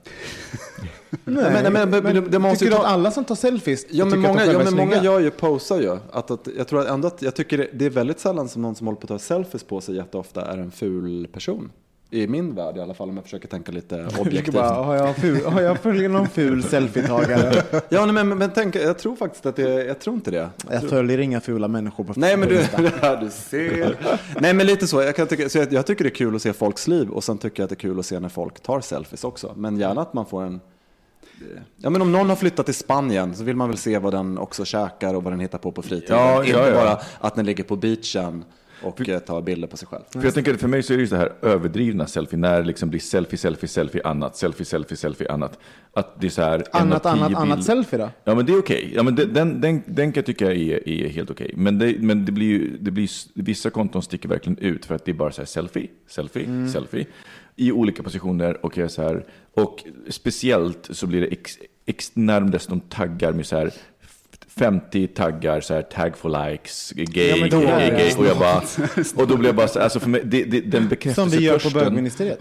Nej, men det måste tycker du att alla som tar selfies många gör ju, posar ju. Jag tror ändå att jag tycker det är väldigt sällan som någon som håller på att ta selfies på sig jätteofta är en ful person. i min värld i alla fall, om jag försöker tänka lite objektivt. Har jag följer någon ful selfie-tagare? Ja, men tänk, jag tror faktiskt att jag tror inte det. Jag följer inga fula människor på Nej, men du ser. Nej, men lite så. Jag tycker det är kul att se folks liv, och sen tycker jag att det är kul att se när folk tar selfies också. Men gärna att man får en... Ja, men om någon har flyttat till Spanien så vill man väl se vad den också käkar och vad den hittar på fritiden. Inte bara att den ligger på beachen och tar bilder på sig själv. För jag tänker, för mig så är det ju så här överdrivna selfie, när det liksom blir selfie, annat, selfie, annat. Att det är så här... Annat selfie då? Ja, men det är okej. Ja, men den kan jag tycka är helt okej. Men det blir vissa konton sticker verkligen ut för att det är bara så här selfie. I olika positioner och så här. Och speciellt så blir det närmast de taggar med så här 50 taggar så här, tag for likes, gay, och jag bara, och då blev jag bara så, alltså för mig den bekräftelse som vi gör på bögministeriet.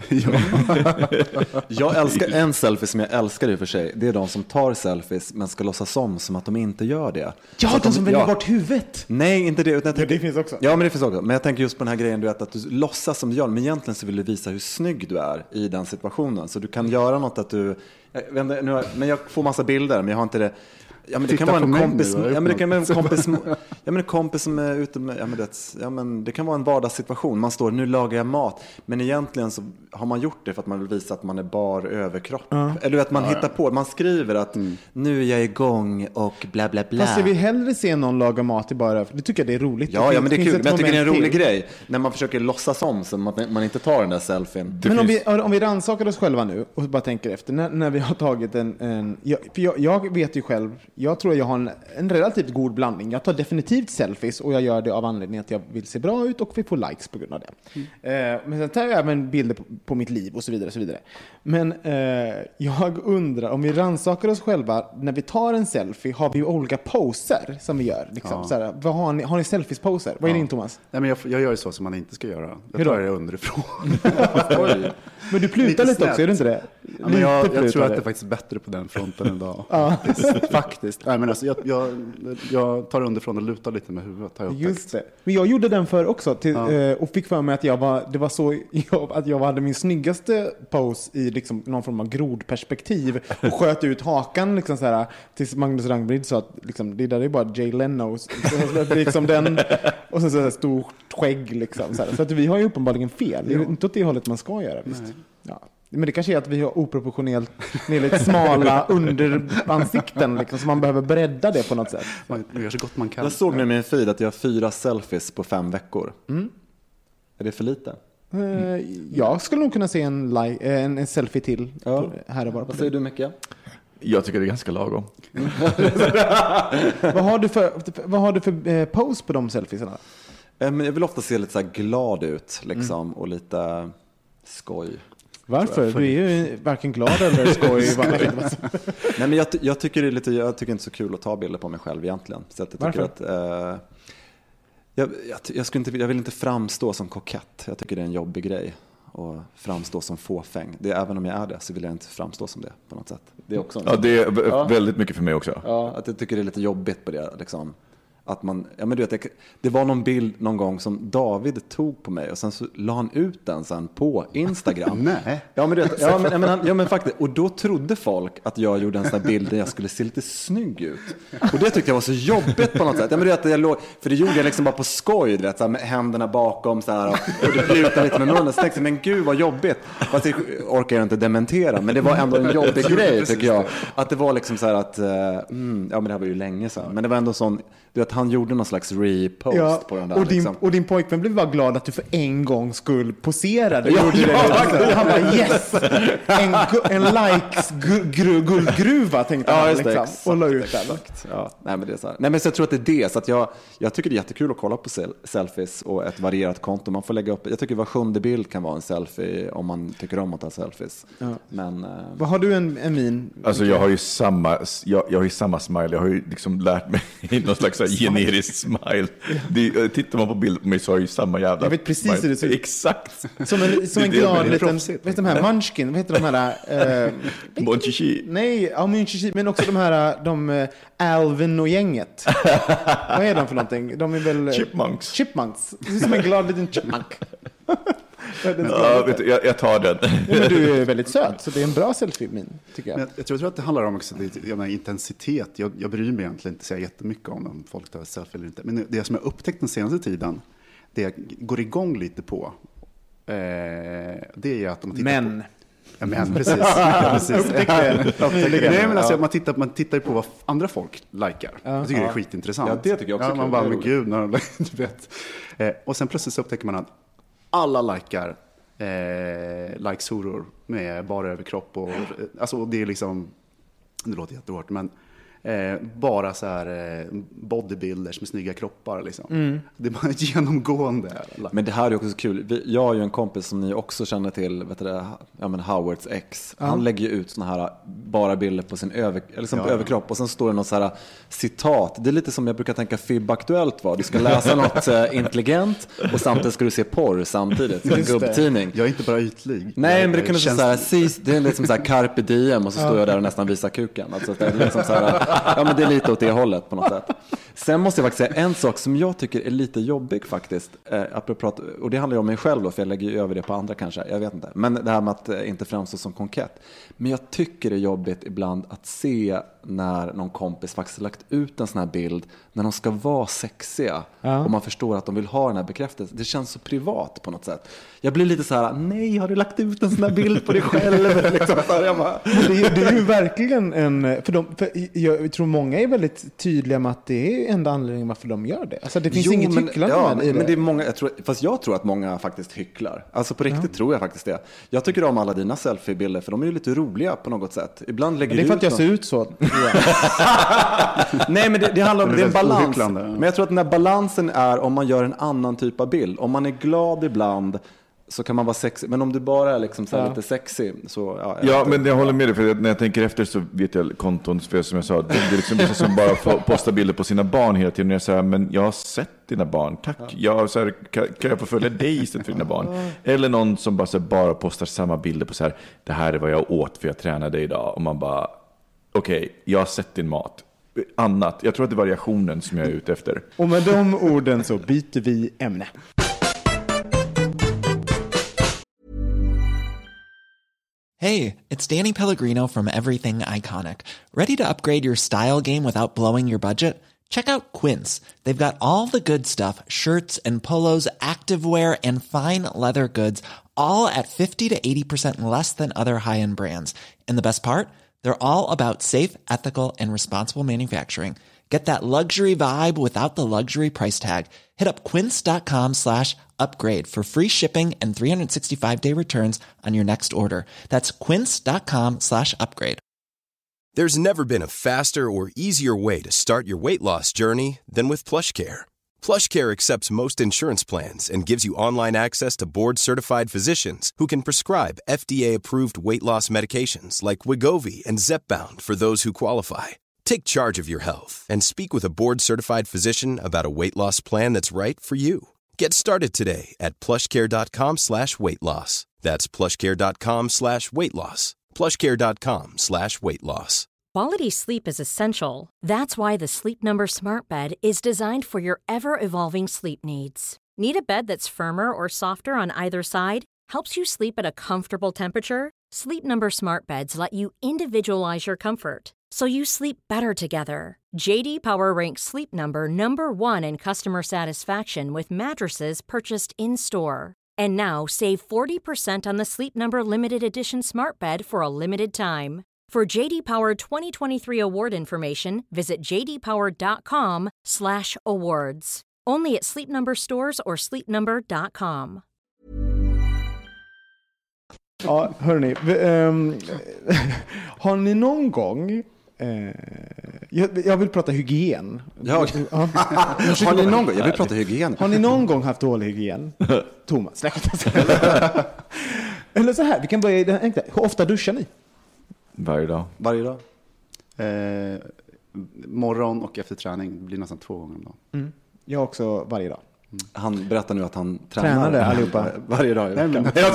Jag älskar en selfie som jag älskar i och för sig. Det är de som tar selfies men ska låtsas som att de inte gör det. Ja, de som väljer bort huvudet. Nej, inte det, utan det finns också. Ja, men det finns också. Men jag tänker just på den här grejen, du vet, att du låtsas som du gör, men egentligen så vill du visa hur snygg du är i den situationen. Så du kan göra något att du, men jag får massa bilder, men jag har inte det. Ja, men det kan vara en kompis. Ja, men det kan vara en kompis. Ja, men en kompis som är ute med, det kan vara en vardagssituation. Man står, nu lagar jag mat, men egentligen så har man gjort det för att man vill visa att man är bar överkropp. Eller att man hittar på, man skriver att nu är jag igång och bla bla bla. Fast jag vill hellre se någon laga mat i bara överkropp. Det tycker jag det är roligt. Ja, men det är kul. Men jag tycker det är en rolig grej när man försöker låtsas om så man inte tar den där selfien. Men om vi rannsakar oss själva nu och bara tänker efter när vi har tagit jag vet ju själv. Jag tror jag har en relativt god blandning. Jag tar definitivt selfies och jag gör det av anledning att jag vill se bra ut och vi får likes på grund av det. Men sen tar jag även bilder på mitt liv och så vidare. Och så vidare. Men jag undrar, om vi rannsakar oss själva, när vi tar en selfie, har vi olika poser som vi gör? Liksom. Så här, vad har ni selfies-poser? Vad är din, Thomas? Nej, men jag gör ju så som man inte ska göra. Jag tar det underifrån. Men du plutar lite också, är du inte det? Ja, men jag tror att det är faktiskt bättre på den fronten idag. Faktiskt. Nej, men alltså, jag tar underifrån och lutar lite med huvudet. Just det. Men jag gjorde den för också och fick för mig att jag hade min snyggaste pose i liksom någon form av grodperspektiv och sköt ut hakan liksom så här, tills Magnus Rangbrid sa att liksom, det där är bara Jay Leno liksom den, och sen så här stort skägg liksom, så här. Så att vi har ju uppenbarligen fel. Det är inte åt det hållet man ska göra, visst. Ja. Men det kanske är att vi har oproportionellt lite smala underansikten liksom, så man behöver bredda det på något sätt. Man gör så gott man kan. Jag såg med min feed att jag har 4 selfies på 5 veckor. Är det för lite? Jag skulle nog kunna se en selfie till här och var. Vad säger du, Micke? Jag tycker det är ganska lagom. Vad har du för pose på de selfiesarna? Jag vill ofta se lite så här glad ut liksom, och lite skoj. Varför? Du är ju varken glad eller skoj. Nej, men jag tycker det är lite, jag tycker inte så kul att ta bilder på mig själv egentligen. Så att jag tycker att jag vill inte framstå som kokett. Jag tycker det är en jobbig grej och framstå som fåfäng. Även om jag är det så vill jag inte framstå som det på något sätt. Det är också det är väldigt mycket för mig också. Ja, att jag tycker det är lite jobbigt på det liksom. Att man, ja men du vet, det var någon bild någon gång som David tog på mig och sen så la han ut den sen på Instagram. Nej. Ja men du vet, ja men faktiskt, och då trodde folk att jag gjorde en sån här bild där jag skulle se lite snygg ut. Och det tyckte jag var så jobbigt på något sätt. Ja men du vet, för det gjorde jag liksom bara på skoj, du vet, så här, med händerna bakom så här och det plutade lite med munnen. Så tänkte jag, men gud vad jobbigt. Fast det orkar jag inte dementera, men det var ändå en jobbig grej tycker jag. Att det var liksom så här att ja men det här var ju länge sedan, men det var ändå sån, du vet, han gjorde någon slags repost på den där. Och din pojkvän blev bara glad att du för en gång skulle posera. Han bara yes! En likes guldgruva tänkte han liksom, och la ut den. Ja, nej men det är så här. Nej men så jag tror att det är det. Så att jag tycker det är jättekul att kolla på selfies och ett varierat konto. Man får lägga upp, jag tycker var 7:e bild kan vara en selfie om man tycker om att ta selfies. Ja. Men vad har du en min? Alltså jag har ju samma smile. Jag har ju liksom lärt mig någon slags generisk smile. Tittar man på bild på mig så har jag ju samma jävla. Jag vet precis hur det ser ut. Exakt. Som en glad liten, vet de här Munchkin, vad heter de här Monchichi. Nej, ja Monchichi, men också de här Alvin och gänget. Vad är de för någonting? De är väl Chipmunks. Det är som en glad liten chipmunk. Vet du, jag tar den. Ja, men du är väldigt söt, så det är en bra selfie-min, tycker jag. Men jag tror att det handlar om också intensitet. Jag bryr mig egentligen inte så jättemycket om folk tar selfie eller inte. Men det som jag upptäckt den senaste tiden, det jag går igång lite på, det är att man tittar på... Ja, men precis. Nej, men alltså, man tittar på vad andra folk likar. Jag tycker det är skitintressant. Ja, det tycker jag också. Man bara, men gud, du vet. Och sen plötsligt så upptäcker man att alla likar likes-horor med bara överkropp. Och, alltså, det är liksom, det låter jättehårt, men bara så här bodybuilders med snygga kroppar liksom. Det är bara genomgående. Men det här är också så kul. Jag har ju en kompis som ni också känner till, vet du, Howards ex. Han lägger ju ut såna här bara bilder på sin överkropp, och sen står det något så här citat. Det är lite som jag brukar tänka FIB-aktuellt var. Du ska läsa något intelligent och samtidigt ska du se porr samtidigt. En gubbtidning. Jag är inte bara ytlig. Nej, men det kunde så här, det är liksom så här carpe diem, och så står jag där och nästan visar kuken. Alltså det är liksom så här, ja, men det är lite åt det hållet på något sätt. Sen måste jag faktiskt säga en sak som jag tycker är lite jobbig faktiskt. Och det handlar ju om mig själv då, för jag lägger ju över det på andra kanske. Jag vet inte. Men det här med att inte framstå som konkett. Men jag tycker det är jobbigt ibland att se när någon kompis faktiskt har lagt ut en sån här bild när de ska vara sexiga. Och man förstår att de vill ha den här bekräftelsen. Det känns så privat på något sätt. Jag blir lite så här: nej, har du lagt ut en sån här bild på dig själv? Liksom. Jag bara... det är ju verkligen för jag tror många är väldigt tydliga med att det är enda anledningen varför de gör det. Alltså det finns inget hycklande med det. Men det är många, fast jag tror att många faktiskt hycklar. Alltså på riktigt tror jag faktiskt det. Jag tycker om alla dina selfiebilder, för de är ju lite roliga på något sätt. Ibland lägger det är för att jag ser ut så. Nej, men det handlar om, det är en balans. Men jag tror att den här balansen är om man gör en annan typ av bild. Om man är glad ibland så kan man vara sexig. Men om du bara är liksom så här lite sexig så... Ja, men jag håller med dig, för när jag tänker efter så vet jag konton, för som jag sa, det är liksom vissa som bara postar bilder på sina barn hela tiden. Och jag säger, men jag har sett dina barn, tack. Jag, så här, kan jag få följa dig istället för dina barn? Eller någon som bara, så här, bara postar samma bilder på så här, det här är vad jag åt för jag tränade idag. Och man bara, okej, jag har sett din mat. Annat, jag tror att det är variationen som jag är ute efter. Och med de orden så byter vi ämne. Hey, it's Danny Pellegrino from Everything Iconic. Ready to upgrade your style game without blowing your budget? Check out Quince. They've got all the good stuff, shirts and polos, activewear and fine leather goods, all at 50 to 80% less than other high-end brands. And the best part? They're all about safe, ethical, and responsible manufacturing. Get that luxury vibe without the luxury price tag. Hit up quince.com/upgrade for free shipping and 365-day returns on your next order. That's quince.com/upgrade. There's never been a faster or easier way to start your weight loss journey than with PlushCare. PlushCare accepts most insurance plans and gives you online access to board-certified physicians who can prescribe FDA-approved weight loss medications like Wegovy and Zepbound for those who qualify. Take charge of your health and speak with a board-certified physician about a weight loss plan that's right for you. Get started today at plushcare.com/weightloss. That's plushcare.com/weightloss. plushcare.com/weightloss. Quality sleep is essential. That's why the Sleep Number Smart Bed is designed for your ever-evolving sleep needs. Need a bed that's firmer or softer on either side? Helps you sleep at a comfortable temperature? Sleep Number Smart Beds let you individualize your comfort, so you sleep better together. JD Power ranks Sleep Number #1 in customer satisfaction with mattresses purchased in-store. And now save 40% on the Sleep Number Limited Edition Smart Bed for a limited time. For JD Power 2023 award information, visit jdpower.com/awards. Only at Sleep Number stores or sleepnumber.com. Ja, hörni, har ni någon gång jag vill prata hygien. Har ni någon gång? Jag vill prata hygien. Har ni någon gång haft dålig hygien? Thomas, eller så här, vi kan börja i den enkla. Hur ofta duschar ni? Varje dag. Morgon och efter träning blir nästan 2 gånger om dagen. Jag också varje dag. Han berättar nu att han tränade allihopa varje dag. Men jag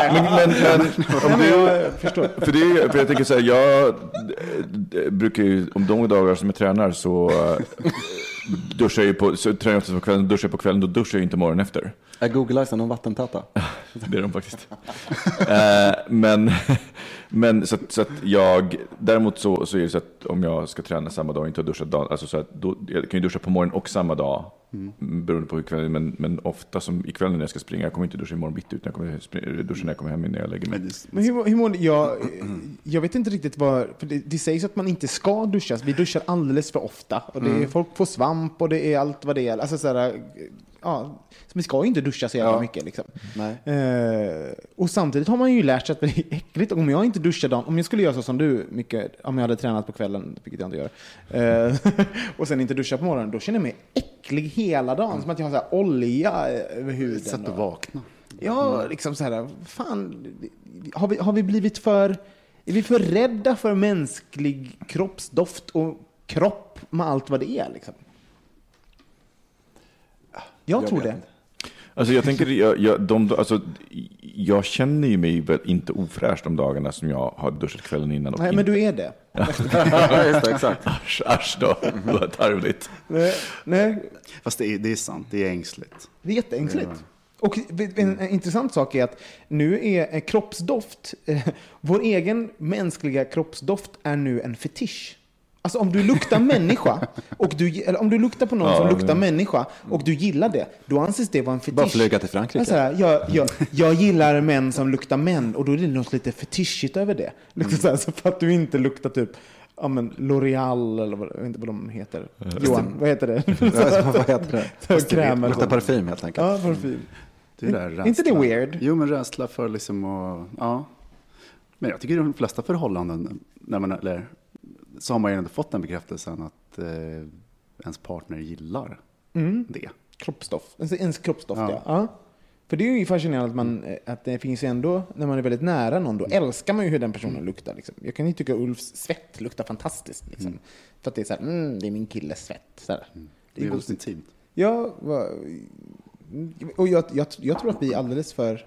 förstår. För jag tänker så här, jag brukar ju om de dagar som jag tränar så duschar jag på, så tränar jag på kvällen, duschar på kvällen, då duschar jag inte morgonen efter. Är Google-isen någon vattentäta? Det är de faktiskt. Men så att jag, däremot så är det så att om jag ska träna samma dag och inte ha duschat dagen, alltså så att då, jag kan ju duscha på morgonen och samma dag, beroende på hur kvällen, men ofta som ikväll när jag ska springa, jag kommer inte duscha imorgon bitti, utan jag kommer duscha när jag kommer hem när jag lägger mig. Men hur jag vet inte riktigt vad, för det sägs att man inte ska duschas. Vi duschar alldeles för ofta och det är, folk får svamp och det är allt vad det är. Alltså sådär, ja, så vi ska ju inte duscha så jävla mycket liksom. Nej. Och samtidigt har man ju lärt sig att det är äckligt. Om jag inte duschar dagen, om jag skulle göra så som du mycket, om jag hade tränat på kvällen, vilket jag inte gör, och sen inte duscha på morgonen, då känner jag mig äcklig hela dagen, som att jag har så här olja över huden. Sätt att vakna. Ja, liksom så här, fan, har vi blivit är vi för rädda för mänsklig kroppsdoft och kropp med allt vad det är liksom? Jag tror det. Alltså jag tänker, jag känner ju mig väl inte ofräsch de dagarna som jag har duschat kvällen innan. Nej, men du är det. Just det, exakt. Asch då, det var tarvligt. Nej. Fast det är sant, det är ängsligt. Det är jätteängsligt. Och en intressant sak är att nu är kroppsdoft, vår egen mänskliga kroppsdoft är nu en fetisch. Alltså om du luktar människa eller om du luktar på någon som luktar människa och du gillar det, då anses det vara en fetisch. Bara flyga till Frankrike. Alltså, jag gillar män som luktar män, och då är det något lite fetischigt över det. Liksom så här, så för att du inte luktar typ L'Oreal eller jag vet inte vad de heter. Johan, vad heter det? Vad heter det? Kräm. Luktar parfym helt enkelt. Ja, parfym. Det är där rädsla. Inte det weird? Jo, men rädsla för liksom ja. Men jag tycker i de flesta förhållanden så har man ju ändå fått den bekräftelsen att ens partner gillar det. Kroppsdoft. Ens kroppsdoft, ja. För det är ju fascinerande att det finns ändå, när man är väldigt nära någon, då älskar man ju hur den personen luktar. Liksom. Jag kan ju tycka Ulfs svett luktar fantastiskt. Liksom. För att det är så här, det är min killes svett. Så det är väldigt intimt. Ja, och jag tror att vi alldeles för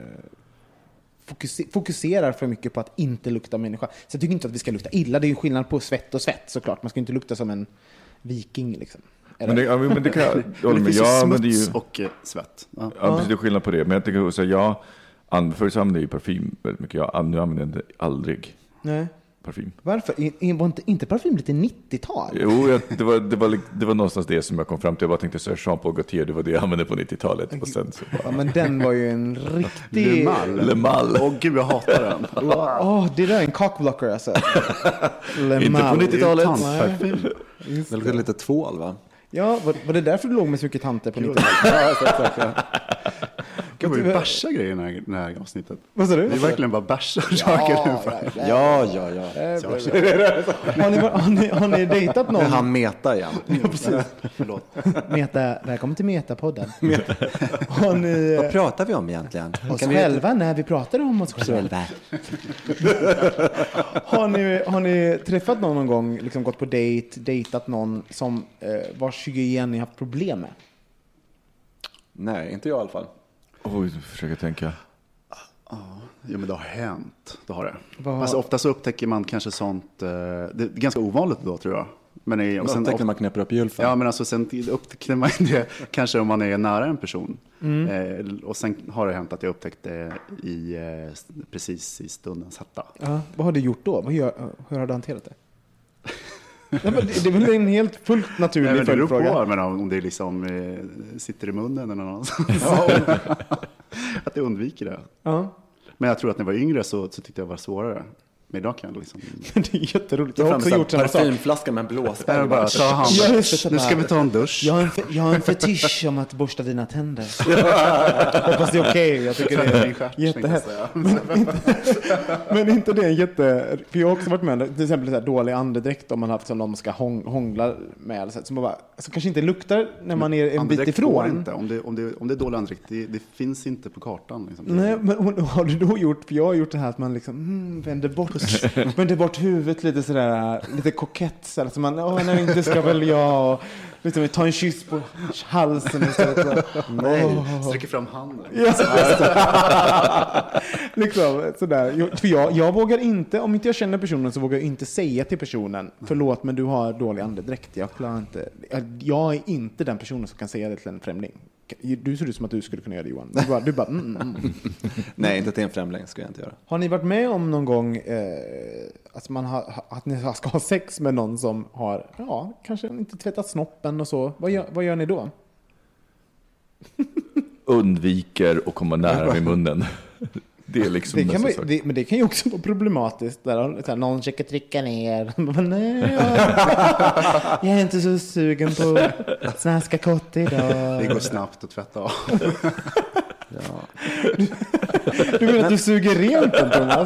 fokuserar för mycket på att inte lukta människa. Så jag tycker inte att vi ska lukta illa. Det är ju skillnad på svett och svett såklart. Man ska inte lukta som en viking liksom. Men det kan jag hålla med. Smuts och svett. Ja, precis, det är skillnad på det. Men jag tycker också förut använde ju parfym väldigt mycket. Nu använder jag aldrig parfym. Varför? Var inte parfym lite 90-tal? Jo, det var någonstans det som jag kom fram till. Jag bara tänkte så här, Jean Paul Gaultier, det var det jag använde på 90-talet. Och sen så bara... Ja, men den var ju en riktig... Le Mal. Åh gud, jag hatar den. Det där är en cockblocker alltså. Inte på 90-talet. Det luktar lite tvål, va? Ja, var det därför du låg med så mycket tanter på 90-talet? Kan vi bärsa grejer i det här avsnittet? Vad sa du? Vi verkligen bara bärsa saker. Ja. Har ni dejtat någon? Han Meta igen. Ja, precis. Förlåt. Välkommen till Meta-podden. Vad pratar vi om egentligen? Oss själva när vi pratar om oss själva. Har ni träffat någon gång, liksom gått på dejtat någon som vars hygien ni haft problem med? Nej, inte jag i alla fall. Försöker tänka. Ja, men det har hänt. Det har det. Alltså, ofta så upptäcker man kanske sånt. Det är ganska ovanligt då, tror jag. Men och sen när man knäpper upp julfen. Ja, men alltså sen upptäcker man det kanske om man är nära en person. Och sen har det hänt att jag upptäckte precis i stundens hetta. Ja, vad har du gjort då? Hur har du hanterat det? Det är väl en helt fullt naturlig följdfråga. Men om det liksom sitter i munnen eller någonstans. Att jag undviker det. Ja. Men jag tror att när jag var yngre så tyckte jag det var svårare. Men idag kan jag liksom... Det är jätteroligt. Jag har också gjort samma sak. Parfymflaska med en blåspärr. Jag bara ta hand. Nu ska vi ta en dusch. Jag har en fetisch om att borsta dina tänder. Hoppas det är okej. Jag tycker det är jättehäftigt. Men inte det är jätte... För jag har också varit med till exempel så här dålig andedräkt om man haft som någon ska hångla med. Så man bara, alltså kanske inte luktar när man är en bit ifrån. Inte. Om det är dålig andedräkt, det finns inte på kartan. Liksom. Nej, men har du då gjort... För jag har gjort det här att man liksom vänder bort huvudet lite sådär, lite kokett så att man, nej, inte ska väl jag liksom, ta en kyss på halsen istället. Nej, sträcker fram handen. Liksom sådär. För jag vågar inte, om inte jag känner personen så vågar jag inte säga till personen, förlåt men du har dålig andedräkt, jag klarar inte. Jag är inte den personen som kan säga det till en främling. Du ser ut som att du skulle kunna göra det, Johan. Du bara Nej, inte till en främling skulle jag inte göra. Har ni varit med om någon gång att ni ska ha sex med någon som har, kanske inte tvättat snoppen och så? Vad gör ni då? Undviker att komma nära med munnen. Det är liksom men det kan ju också vara problematiskt där någon försöker trycka ner. Nej, jag är inte så sugen på svenska kott idag. Det går snabbt att tvätta av. Du menar att du suger rent den, Thomas?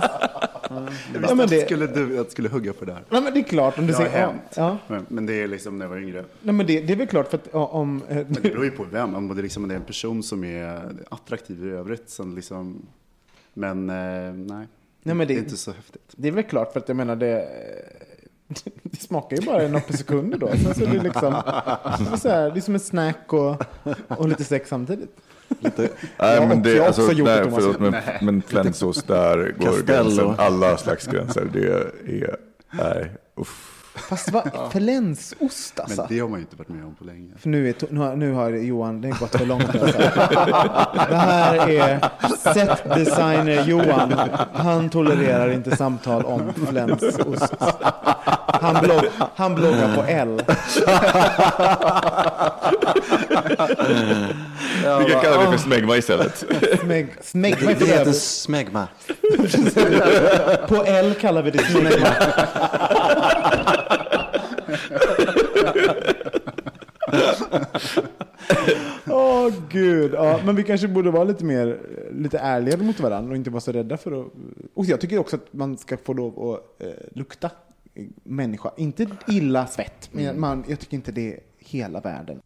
Jag skulle hugga på det här. Nej, men det är klart om du säger hänt. Ja. Men det är liksom när jag var yngre. Nej, men det är väl klart för att om men det beror ju på vem. Om det liksom är en person som är attraktiv i övrigt sen liksom. Men nej, men det är inte så häftigt. Det är väl klart för att jag menar det smakar ju bara en några sekunder då. Sen så är det liksom det är som en snack och lite sex samtidigt. Nej, men det alltså, men flänsost där går gränsen, alla slags gränser. Det är uff. Fast flänsost alltså. Men det har man ju inte varit med om på länge. För nu har Johan, det har gått för långt. Alltså. Det här är setdesigner Johan. Han tolererar inte samtal om flänsost. Han bloggar på L. Vi kan kalla det för smegma istället. Smegma det heter smegma. På L kallar vi det smegma. Gud. Ja, men vi kanske borde vara lite ärligare mot varandra och inte vara så rädda för att... Och jag tycker också att man ska få lov att lukta människa. Inte illa svett, men jag tycker inte det är hela världen.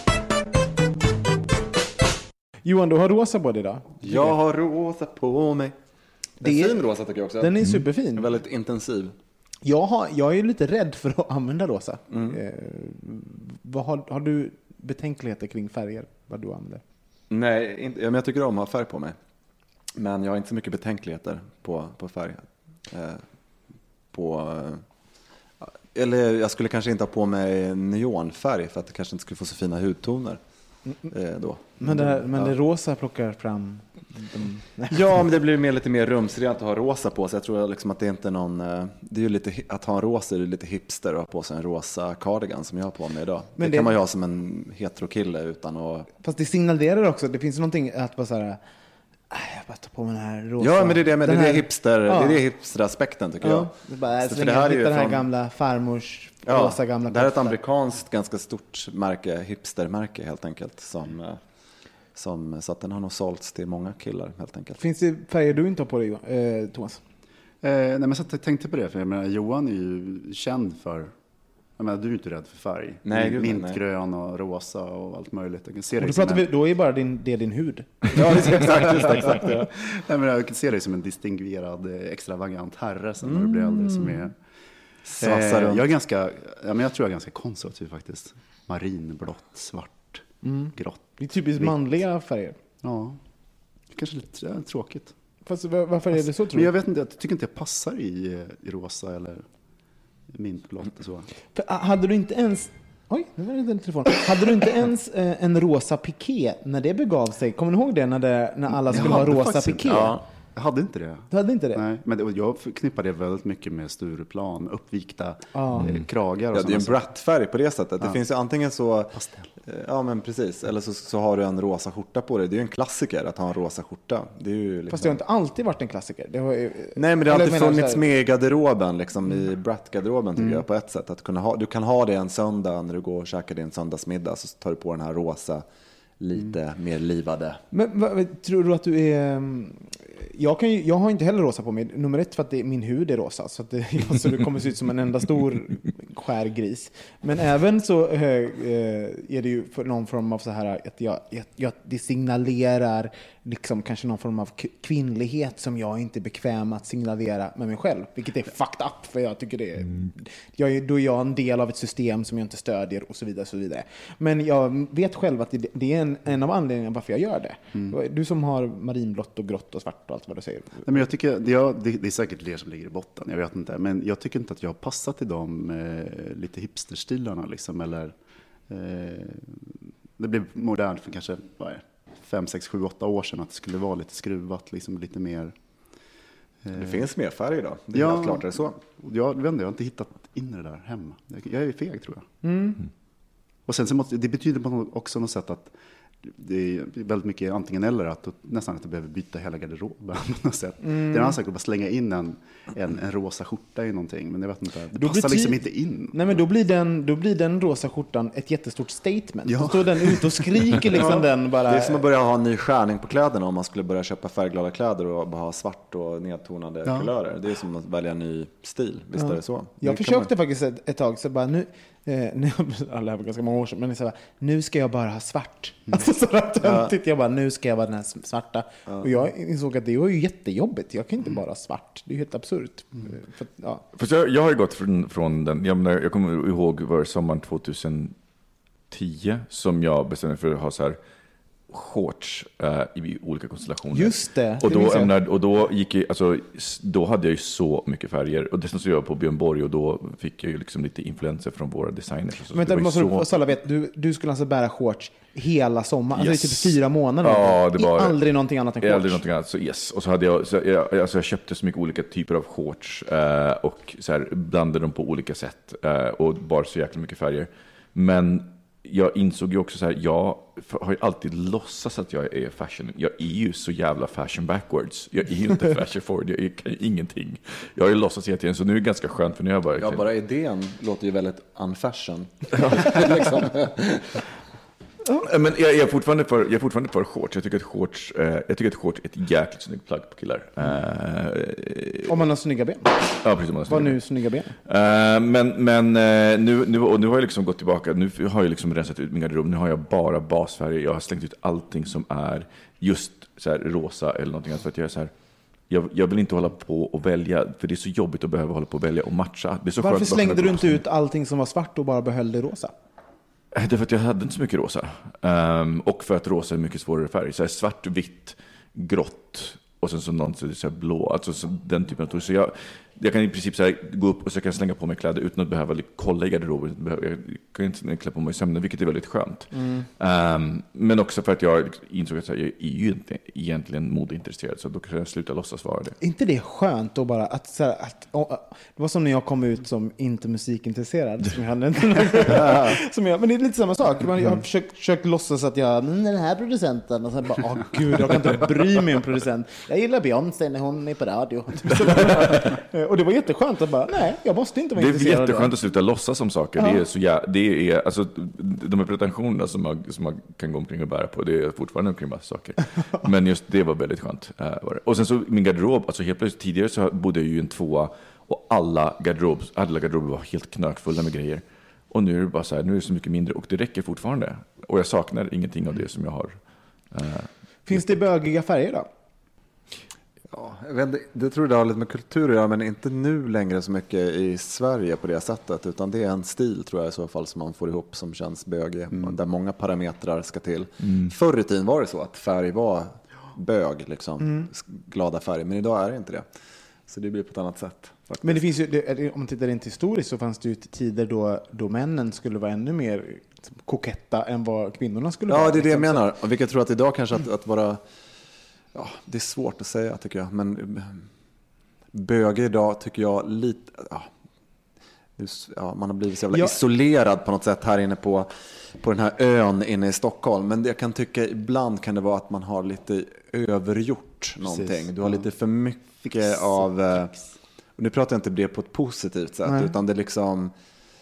Johan, du har rosa på dig idag. Jag har rosa på mig. Det är fin rosa tycker jag också. Den är superfin. Väldigt intensiv. Jag är lite rädd för att använda rosa. Har du betänkligheter kring färger? Vad du använder? Nej, men jag tycker om att ha färg på mig. Men jag har inte så mycket betänkligheter på färg. Eller jag skulle kanske inte ha på mig neonfärg för att det kanske inte skulle få så fina hudtoner då. Men det rosa plockar fram... Ja, men det blir lite mer rumsrent att ha rosa på sig. Jag tror liksom att det är inte någon... Det är ju lite, att ha en rosa är lite hipster att ha på sig en rosa cardigan som jag har på mig idag. Men det kan man ju ha som en hetero-kille utan att... Fast det signalerar också. Det finns någonting att bara så här... Jag bara tar på mig den här rosa... Ja, men det är det hipster-aspekten tycker jag. Det bara för det här är ju den här gamla farmors rosa gamla... Det här är ett amerikanskt ganska stort märke, hipstermärke helt enkelt. Så att den har nog sålts till många killar helt enkelt. Finns det färger du inte har på dig, Thomas? Nej, men så jag tänkte på det. För jag menar, Johan är ju känd för... Jag menar, du är ju inte rädd för färg. Nej, mintgrön och rosa och allt möjligt. Jag kan se då är bara din hud. Ja, exakt. Ja. Nej, men jag kan se dig som en distinguerad, extravagant herre sen när du blir äldre som är... jag tror jag är ganska konservativ faktiskt. Marinblått, svart, grått. Det är typiskt manliga färger. Ja, kanske lite tråkigt. Fast varför är det så, tror du? Men jag vet inte, jag tycker inte jag passar i rosa eller mintblått och så. Hade du inte ens... Oj, nu var det en telefon. Hade du inte ens en rosa piké när det begav sig? Kommer ni ihåg det när alla skulle ha rosa piké? Ja, jag hade inte det. Du hade inte det? Nej, men jag knippade det väldigt mycket med Stureplan, uppvikta kragar och det är en brattfärg på det sättet. Ja. Det finns ju antingen så... Pastell. Ja, men precis. Eller så har du en rosa skjorta på dig. Det är ju en klassiker att ha en rosa skjorta. Det är ju liksom... Fast det har inte alltid varit en klassiker. Nej, men det har alltid funnits med i garderoben, liksom i brattgarderoben tycker jag på ett sätt. Att du kan ha det en söndag när du går och käkar din söndagsmiddag, så tar du på den här rosa, lite mer livade. Men tror du att du är... Jag har inte heller rosa på mig. Nummer ett för att min hud är rosa. Så att det kommer se ut som en enda stor skärgris. Men även så är det ju för någon form av så här att det signalerar liksom kanske någon form av kvinnlighet som jag inte är bekväm att signalera med mig själv. Vilket är fucked up, för jag tycker det är... Då är jag en del av ett system som jag inte stödjer och så vidare. Så vidare. Men jag vet själv att det är en av anledningarna varför jag gör det. Du som har marinblått och grått och svart och allt vad du säger. Nej, men jag tycker, det är säkert det som ligger i botten, jag vet inte. Men jag tycker inte att jag har passat i de lite hipsterstilarna liksom, eller... Det blev modernt för kanske 5, 6, 7, 8 år sedan att det skulle vara lite skruvat, liksom lite mer. Det finns mer färg idag. Det är helt klart, är det så? Jag har inte hittat in det där hemma. Jag är feg, tror jag. Och sen så måste, det betyder också något sätt att det är väldigt mycket antingen eller, att nästan att du behöver byta hela garderoben på något sätt. Det är en annan sak att bara slänga in en rosa skjorta i någonting, men jag vet inte, det passar liksom inte in. Nej, men då blir den rosa skjortan ett jättestort statement. Då står den ut och skriker liksom den bara. Det är som att börja ha en ny skärning på kläderna om man skulle börja köpa färgglada kläder och bara ha svart och nedtonade kulörer. Det är som att välja en ny stil, visst är det så? Jag försökte faktiskt ett tag, så bara nu alla var ganska många år sedan, men så bara, nu ska jag bara ha svart. Alltså så att jag bara, nu ska jag vara den här svarta. Och jag insåg att det var ju jättejobbigt. Jag kan inte bara ha svart. Det är helt absurt. För jag har ju gått från den, jag kommer ihåg var sommaren 2010 som jag bestämde för att ha så här shorts i olika konstellationer. Just det. Och då gick jag, alltså, då hade jag ju så mycket färger, och dessutom så jag på Björn Borg, och då fick jag ju liksom lite influenser från våra designers. Men det måste så alla vet, du skulle alltså bära shorts hela sommaren, alltså i typ 4 månader. Ja, det var aldrig någonting annat än shorts. Aldrig någonting annat, så yes. Och så hade jag köpte så mycket olika typer av shorts och så här blandade dem på olika sätt och bara så jäkla mycket färger. Men jag insåg ju också så här, jag har ju alltid låtsats att jag är fashion. Jag är ju så jävla fashion backwards. Jag är ju inte fashion forward, jag kan ju ingenting. Jag har ju låtsats hela tiden, så nu är det ganska skönt, för nu har jag bara idén låter ju väldigt unfashion. Liksom. Men jag är fortfarande för shorts. Jag tycker att shorts är ett jäkligt snyggt plagg på killar. Om man har snygga ben. Ja, precis. Vad nu snygga ben? Men nu har jag liksom gått tillbaka. Nu har jag liksom rensat ut min garderob. Nu har jag bara basfärger. Jag har slängt ut allting som är just så här rosa eller någonting annat, för att jag är så här. Jag vill inte hålla på och välja, för det är så jobbigt att behöva hålla på och välja och matcha. Det är så Varför slängde du inte ut allting som var svart och bara behöll det rosa? Det är för att jag hade inte så mycket rosa. Och för att rosa är mycket svårare färg. Så här svart, vitt, grått och sen så någonting så här blå. Alltså så den typen av. Så jag kan i princip så här gå upp och så kan jag slänga på mig kläder utan att behöva kolla i garderoben. Jag kan inte klä på mig i sömnen, vilket är väldigt skönt. Men också för att jag insåg att jag är ju inte egentligen modeintresserad, så då kan jag sluta låtsas vara det. Inte det skönt då bara att det var som när jag kom ut som inte musikintresserad, som jag hade men det är lite samma sak. Jag har försökt låtsas att jag den här producenten, och sen bara gud, jag kan inte bry mig om producent. Jag gillar Beyoncé när hon är på radio. Och det var jätteskönt att bara, nej, jag måste inte vara intresserad. Det är jätteskönt att sluta låtsas om saker. Ja. Det är alltså de här pretensionerna som man kan gå omkring och bära på, det är fortfarande omkring massa saker. Men just det var väldigt skönt. Och sen så min garderob, alltså helt plötsligt tidigare så bodde jag ju i en 2:a och alla garderober var helt knökfulla med grejer. Och nu är det bara så här, nu är det så mycket mindre och det räcker fortfarande. Och jag saknar ingenting av det som jag har. Finns det bögiga färger då? Ja, jag vet inte, det tror jag har lite med kultur att göra, men inte nu längre så mycket i Sverige på det sättet, utan det är en stil tror jag i så fall som man får ihop som känns bögig, där många parametrar ska till. Förr i tiden var det så att färg var bög, liksom, glada färger, men idag är det inte det. Så det blir på ett annat sätt. Faktiskt. Men det finns ju, om man tittar inte historiskt, så fanns det ju tider då männen skulle vara ännu mer koketta än vad kvinnorna skulle vara. Ja, det är det jag menar. Och vilket jag tror att idag kanske att vara... Ja, det är svårt att säga tycker jag. Men böger idag tycker jag lite... Ja, man har blivit så jävla isolerad på något sätt här inne på den här ön inne i Stockholm. Men jag kan tycka ibland kan det vara att man har lite övergjort någonting. Precis. Du har lite för mycket av... Och nu pratar jag inte det på ett positivt sätt. Nej. Utan det är liksom...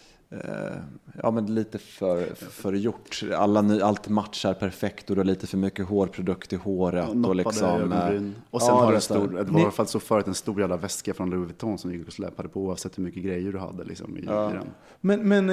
Ja, men lite för gjort. Allt matchar perfekt och du har lite för mycket hårprodukt i håret och liksom och sen har det var i alla fall så förut en stor jävla väska från Louis Vuitton som gick och släpade på oavsett hur mycket grejer du hade liksom i den. Men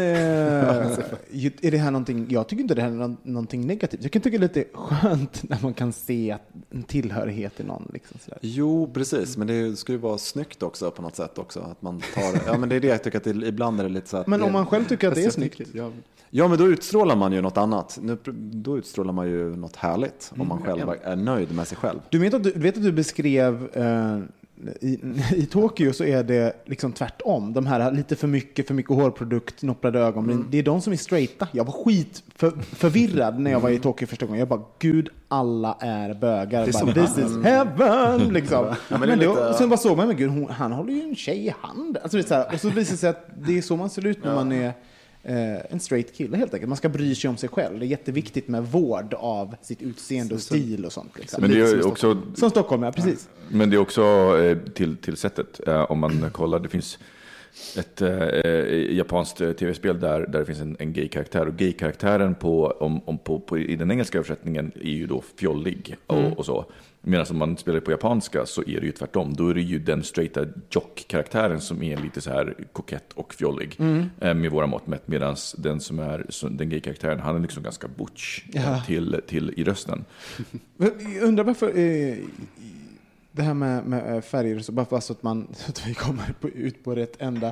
är det här någonting, jag tycker inte det här är någonting negativt. Jag kan tycka det är lite skönt när man kan se en tillhörighet i någon liksom sådär. Jo, precis, men det ska ju vara snyggt också på något sätt också att man tar ja, men det är det jag tycker att ibland är det lite så att men om man själv tycker att det är snyggt. Ja, men då utstrålar man ju något annat. Då utstrålar man ju något härligt om man själv är nöjd med sig själv. Du vet att du beskrev i Tokyo så är det liksom tvärtom. De här lite för mycket hårprodukt, nopplade ögon. Det är de som är straighta. Jag var förvirrad när jag var i Tokyo första gången. Jag bara, gud, alla är bögar. Bara, this is heaven! Liksom. Men då, sen bara såg man, men gud, han håller ju en tjej i hand. Alltså, det är så här, och så visar det sig att det är så man ser ut när man är en straight kille helt enkelt. Man ska bry sig om sig själv. Det är jätteviktigt med vård av sitt utseende och stil och sånt. Liksom. Men det är också som Stockholm, ja, precis. Men det är också till sättet. Om man kollar, det finns ett japanskt tv-spel där det finns en gay-karaktär. Och gay-karaktären i den engelska översättningen är ju då fjollig och så. Medan om man spelar på japanska så är det ju tvärtom. Då är det ju den straighta jock-karaktären som är lite så här kokett och fjollig med våra mått mätt. Medan den som är den gay-karaktären, han är liksom ganska butch till i rösten. Jag undrar varför det här med färger, så bara så att vi kommer ut på rätt ända.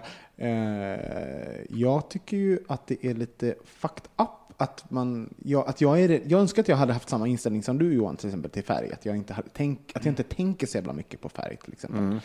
Jag tycker ju att det är lite fucked up jag önskar att jag hade haft samma inställning som du, Johan, till exempel till färg, att jag inte tänker så jävla mycket på färg till exempel.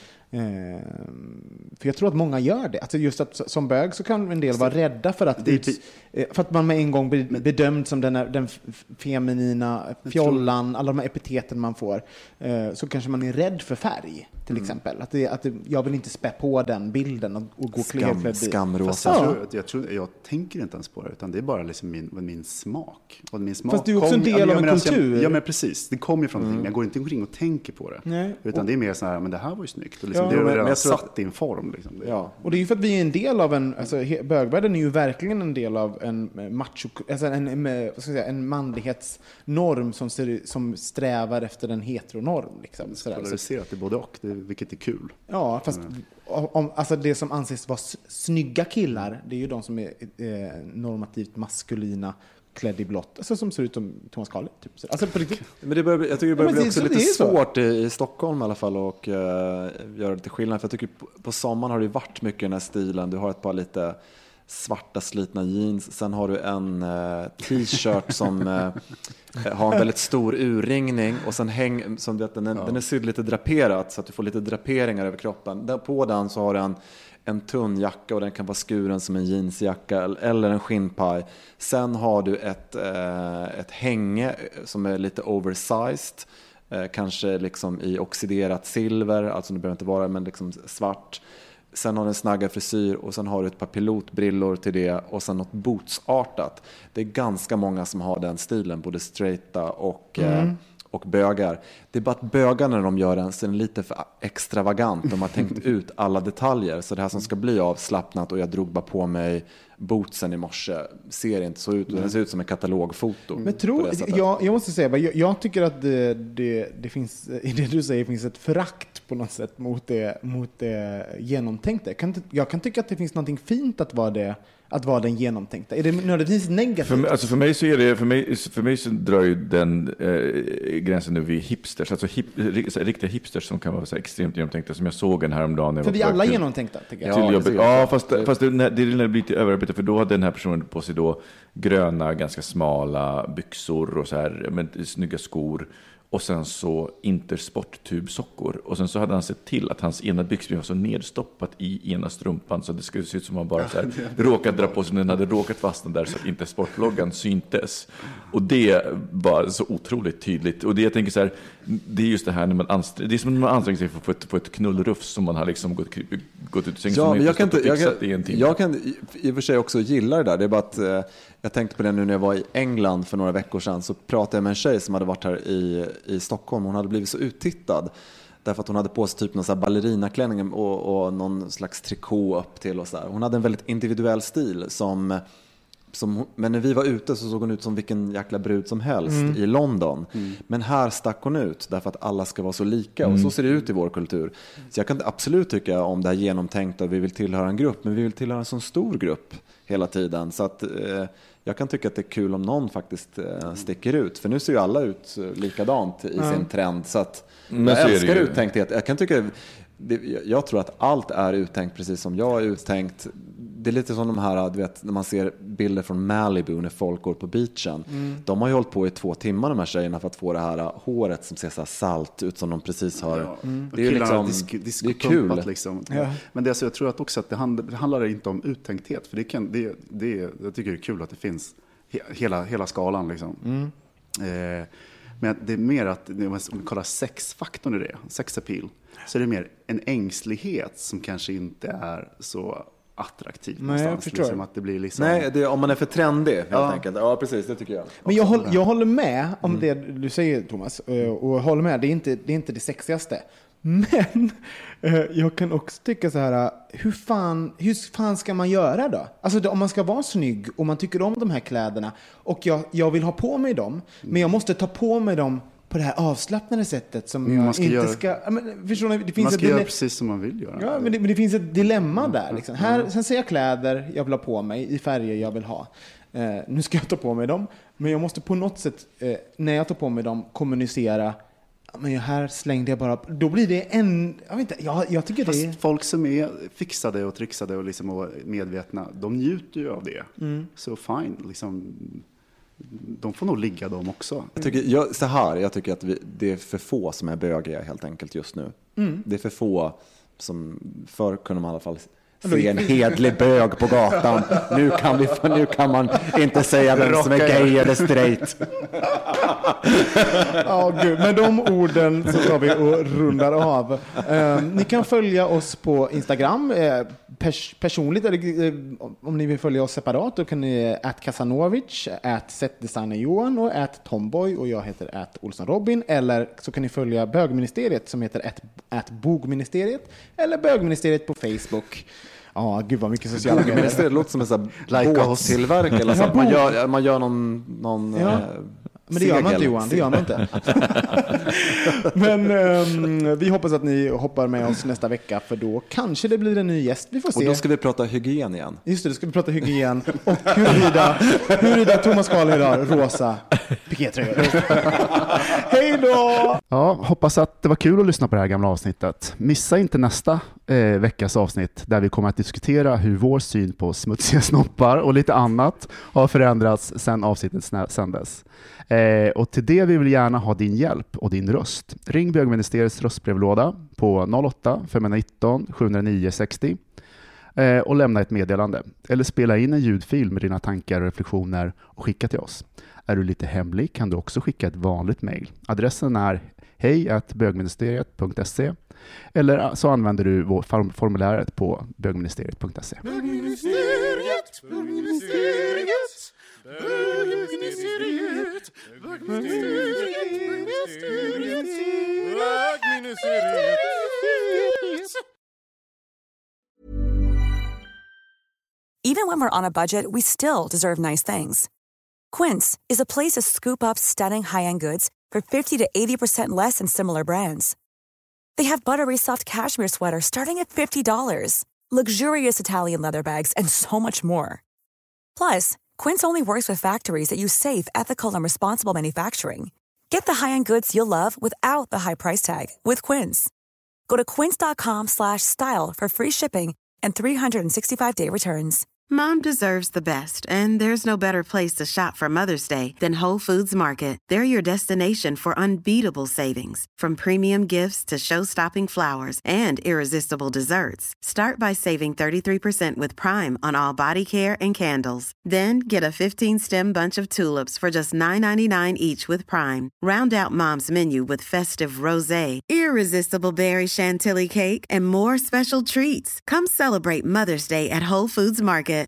För jag tror att många gör det. Alltså just att som bög så kan en del vara rädda för att man med en gång blir bedömd som den feminina fjollan, alla de här epiteten man får, så kanske man är rädd för färg till exempel. Jag vill inte spä på den bilden och gå klädd skamrosa. Jag tänker inte ens på det, utan det är bara liksom min smak. Och min smak. Fast du är också en del av en kultur. Ja, men precis. Det kommer ju från någonting. Jag går inte omkring och tänker på det. Nej. Utan det är mer så här, men det här var ju snyggt. Och liksom, det är redan satt i en form. Liksom. Ja. Och det är ju för att vi är en del av bögvärlden är ju verkligen en del av en macho, alltså en manlighetsnorm som strävar efter en heteronorm. Liksom. Polariserat i både och, vilket är kul. Ja, fast alltså det som anses vara snygga killar, det är ju de som är normativt maskulina, klädd i blått, alltså som ser ut som Thomas Carly typ. Alltså på riktigt. Men jag tycker det börjar bli också lite svårt i Stockholm i alla fall och göra lite skillnad, för jag tycker på sommaren har det varit mycket den här stilen. Du har ett par lite svarta slitna jeans, sen har du en t-shirt som har en väldigt stor urringning och sen som vet, den är sydd lite draperat så att du får lite draperingar över kroppen. På den så har du en tunn jacka och den kan vara skuren som en jeansjacka eller en skinnpaj. Sen har du ett hänge som är lite oversized, kanske liksom i oxiderat silver, alltså det behöver inte vara, men liksom svart. Sen har du en snaggad frisyr och sen har du ett par pilotbrillor till det och sen något bootsartat. Det är ganska många som har den stilen, både straighta och bögar. Det är bara att bögarna när de gör den så är den lite för extravagant. De har tänkt ut alla detaljer. Så det här som ska bli avslappnat och jag drog bara på mig bootsen i morse ser inte så ut. Den ser ut som en katalogfoto. Men jag måste säga, jag tycker att det finns, i det du säger, finns ett förakt på något sätt mot det genomtänkta. Jag kan tycka att det finns någonting fint att vara den genomtänkta. Är det nödvändigtvis negativt? För mig så drar ju den gränsen nu vid hipsters. Alltså riktiga hipsters som kan vara så extremt genomtänkta, som jag såg en häromdagen. För vi alla är genomtänkta, tycker jag. Till jobbet. Ja, fast det blir lite överarbete, för då hade den här personen på sig då gröna, ganska smala byxor och så här, med snygga skor. Och sen så intersporttubsockor. Och sen så hade han sett till att hans ena byxben var så nedstoppat i ena strumpan så det skulle se ut som att man bara så här råkat dra på sig, den hade råkat fastna där så att inte sportloggan syntes. Och det var så otroligt tydligt. Och det jag tänker så här, det är just det här när det är som när man anstränger sig för att få ett knullruff som man har liksom gått ut ur sängen. Ja, men jag kan i och för sig också gilla det där. Det är bara att jag tänkte på det nu när jag var i England för några veckor sedan, så pratade jag med en tjej som hade varit här i Stockholm. Hon hade blivit så uttittad därför att hon hade på sig typ någon så här ballerinaklänning och någon slags trikå upp till och så här. Hon hade en väldigt individuell stil men när vi var ute så såg hon ut som vilken jäkla brud som helst i London. Men här stack hon ut därför att alla ska vara så lika och så ser det ut i vår kultur. Så jag kan absolut tycka om det här genomtänkta, vi vill tillhöra en grupp, men vi vill tillhöra en sån stor grupp hela tiden. Så att jag kan tycka att det är kul om någon faktiskt sticker ut. För nu ser ju alla ut likadant i sin trend. Så att jag älskar uttänkthet. Jag tror att allt är uttänkt precis som jag är uttänkt. det är lite som de här, du vet, när man ser bilder från Malibu när folk går på beachen. De har ju hållit på i 2 timmar, de här tjejerna, för att få det här håret som ser så här salt ut, som de precis har. Det är ju liksom, det är kul. Liksom. Ja. Men det, alltså, jag tror att också att det handlar inte om uttänkthet, för jag tycker det är kul att det finns hela skalan liksom. Men det är mer att, om man kollar sexfaktorn i det, sexappeal, så är det mer en ängslighet som kanske inte är så attraktiv. Nej, jag förstår. Liksom att det blir liksom... Nej, om man är för trendig helt enkelt. Ja, precis, det tycker jag. Men jag håller med om det du säger, Thomas, och håller med, det är inte det sexigaste. Men jag kan också tycka så här, hur fan ska man göra då? Alltså om man ska vara snygg och man tycker om de här kläderna och jag vill ha på mig dem, men jag måste ta på mig dem på det här avslappnade sättet som jag inte ska... Men, förstår ni, det finns man ska göra precis som man vill göra. Ja, men det finns ett dilemma där. Liksom. Sen ser jag kläder jag vill ha på mig i färger jag vill ha. Nu ska jag ta på mig dem, men jag måste på något sätt, när jag tar på mig dem, kommunicera. Men här slängde jag bara... Då blir det jag vet inte, jag tycker fast det är... folk som är fixade och trixade och liksom och medvetna, de njuter ju av det. Så fine, liksom... De får nog ligga dem också. Jag tycker att det är för få som är bögiga helt enkelt just nu. Det är för få som förr kunde man i alla fall se en hedlig bög på gatan. Nu kan man inte säga vem som är gay eller straight. Gud. Med de orden så tar vi och rundar av. Ni kan följa oss på Instagram personligt, eller om ni vill följa oss separat, då kan ni @Kasanovic, @setdesignerjohan och @tomboy, och jag heter @olsonrobin, eller så kan ni följa bögministeriet som heter @bogministeriet, eller bögministeriet på Facebook. Gud vad mycket sociala medier. Det låter som en sån här båttillverkare eller så att man gör någon men det gör man inte, Johan, det gör man inte. Men vi hoppas att ni hoppar med oss nästa vecka, för då kanske det blir en ny gäst. Vi får se. Och då ska vi prata hygien igen. Just det, då ska vi prata hygien. Och huruvida Thomas Karl idag rosa pikétröjor. Hej då! Ja, hoppas att det var kul att lyssna på det här gamla avsnittet. Missa inte nästa veckas avsnitt där vi kommer att diskutera hur vår syn på smutsiga snoppar och lite annat har förändrats sedan avsnittet sändes. Och till det vill vi gärna ha din hjälp och din röst. Ring Bögministeriets röstbrevlåda på 08 519 709 60 och lämna ett meddelande. Eller spela in en ljudfil med dina tankar och reflektioner och skicka till oss. Är du lite hemlig kan du också skicka ett vanligt mejl. Adressen är hej@bögministeriet.se, eller så använder du formuläret på bögministeriet.se. Bögministeriet. Even when we're on a budget, we still deserve nice things. Quince is a place to scoop up stunning high-end goods for 50 to 80% less than similar brands. They have buttery soft cashmere sweaters starting at $50, luxurious Italian leather bags, and so much more. Plus, Quince only works with factories that use safe, ethical, and responsible manufacturing. Get the high-end goods you'll love without the high price tag with Quince. Go to quince.com/style for free shipping and 365-day returns. Mom deserves the best, and there's no better place to shop for Mother's Day than Whole Foods Market. They're your destination for unbeatable savings, from premium gifts to show-stopping flowers and irresistible desserts. Start by saving 33% with Prime on all body care and candles. Then get a 15-stem bunch of tulips for just $9.99 each with Prime. Round out Mom's menu with festive rosé, irresistible berry chantilly cake, and more special treats. Come celebrate Mother's Day at Whole Foods Market.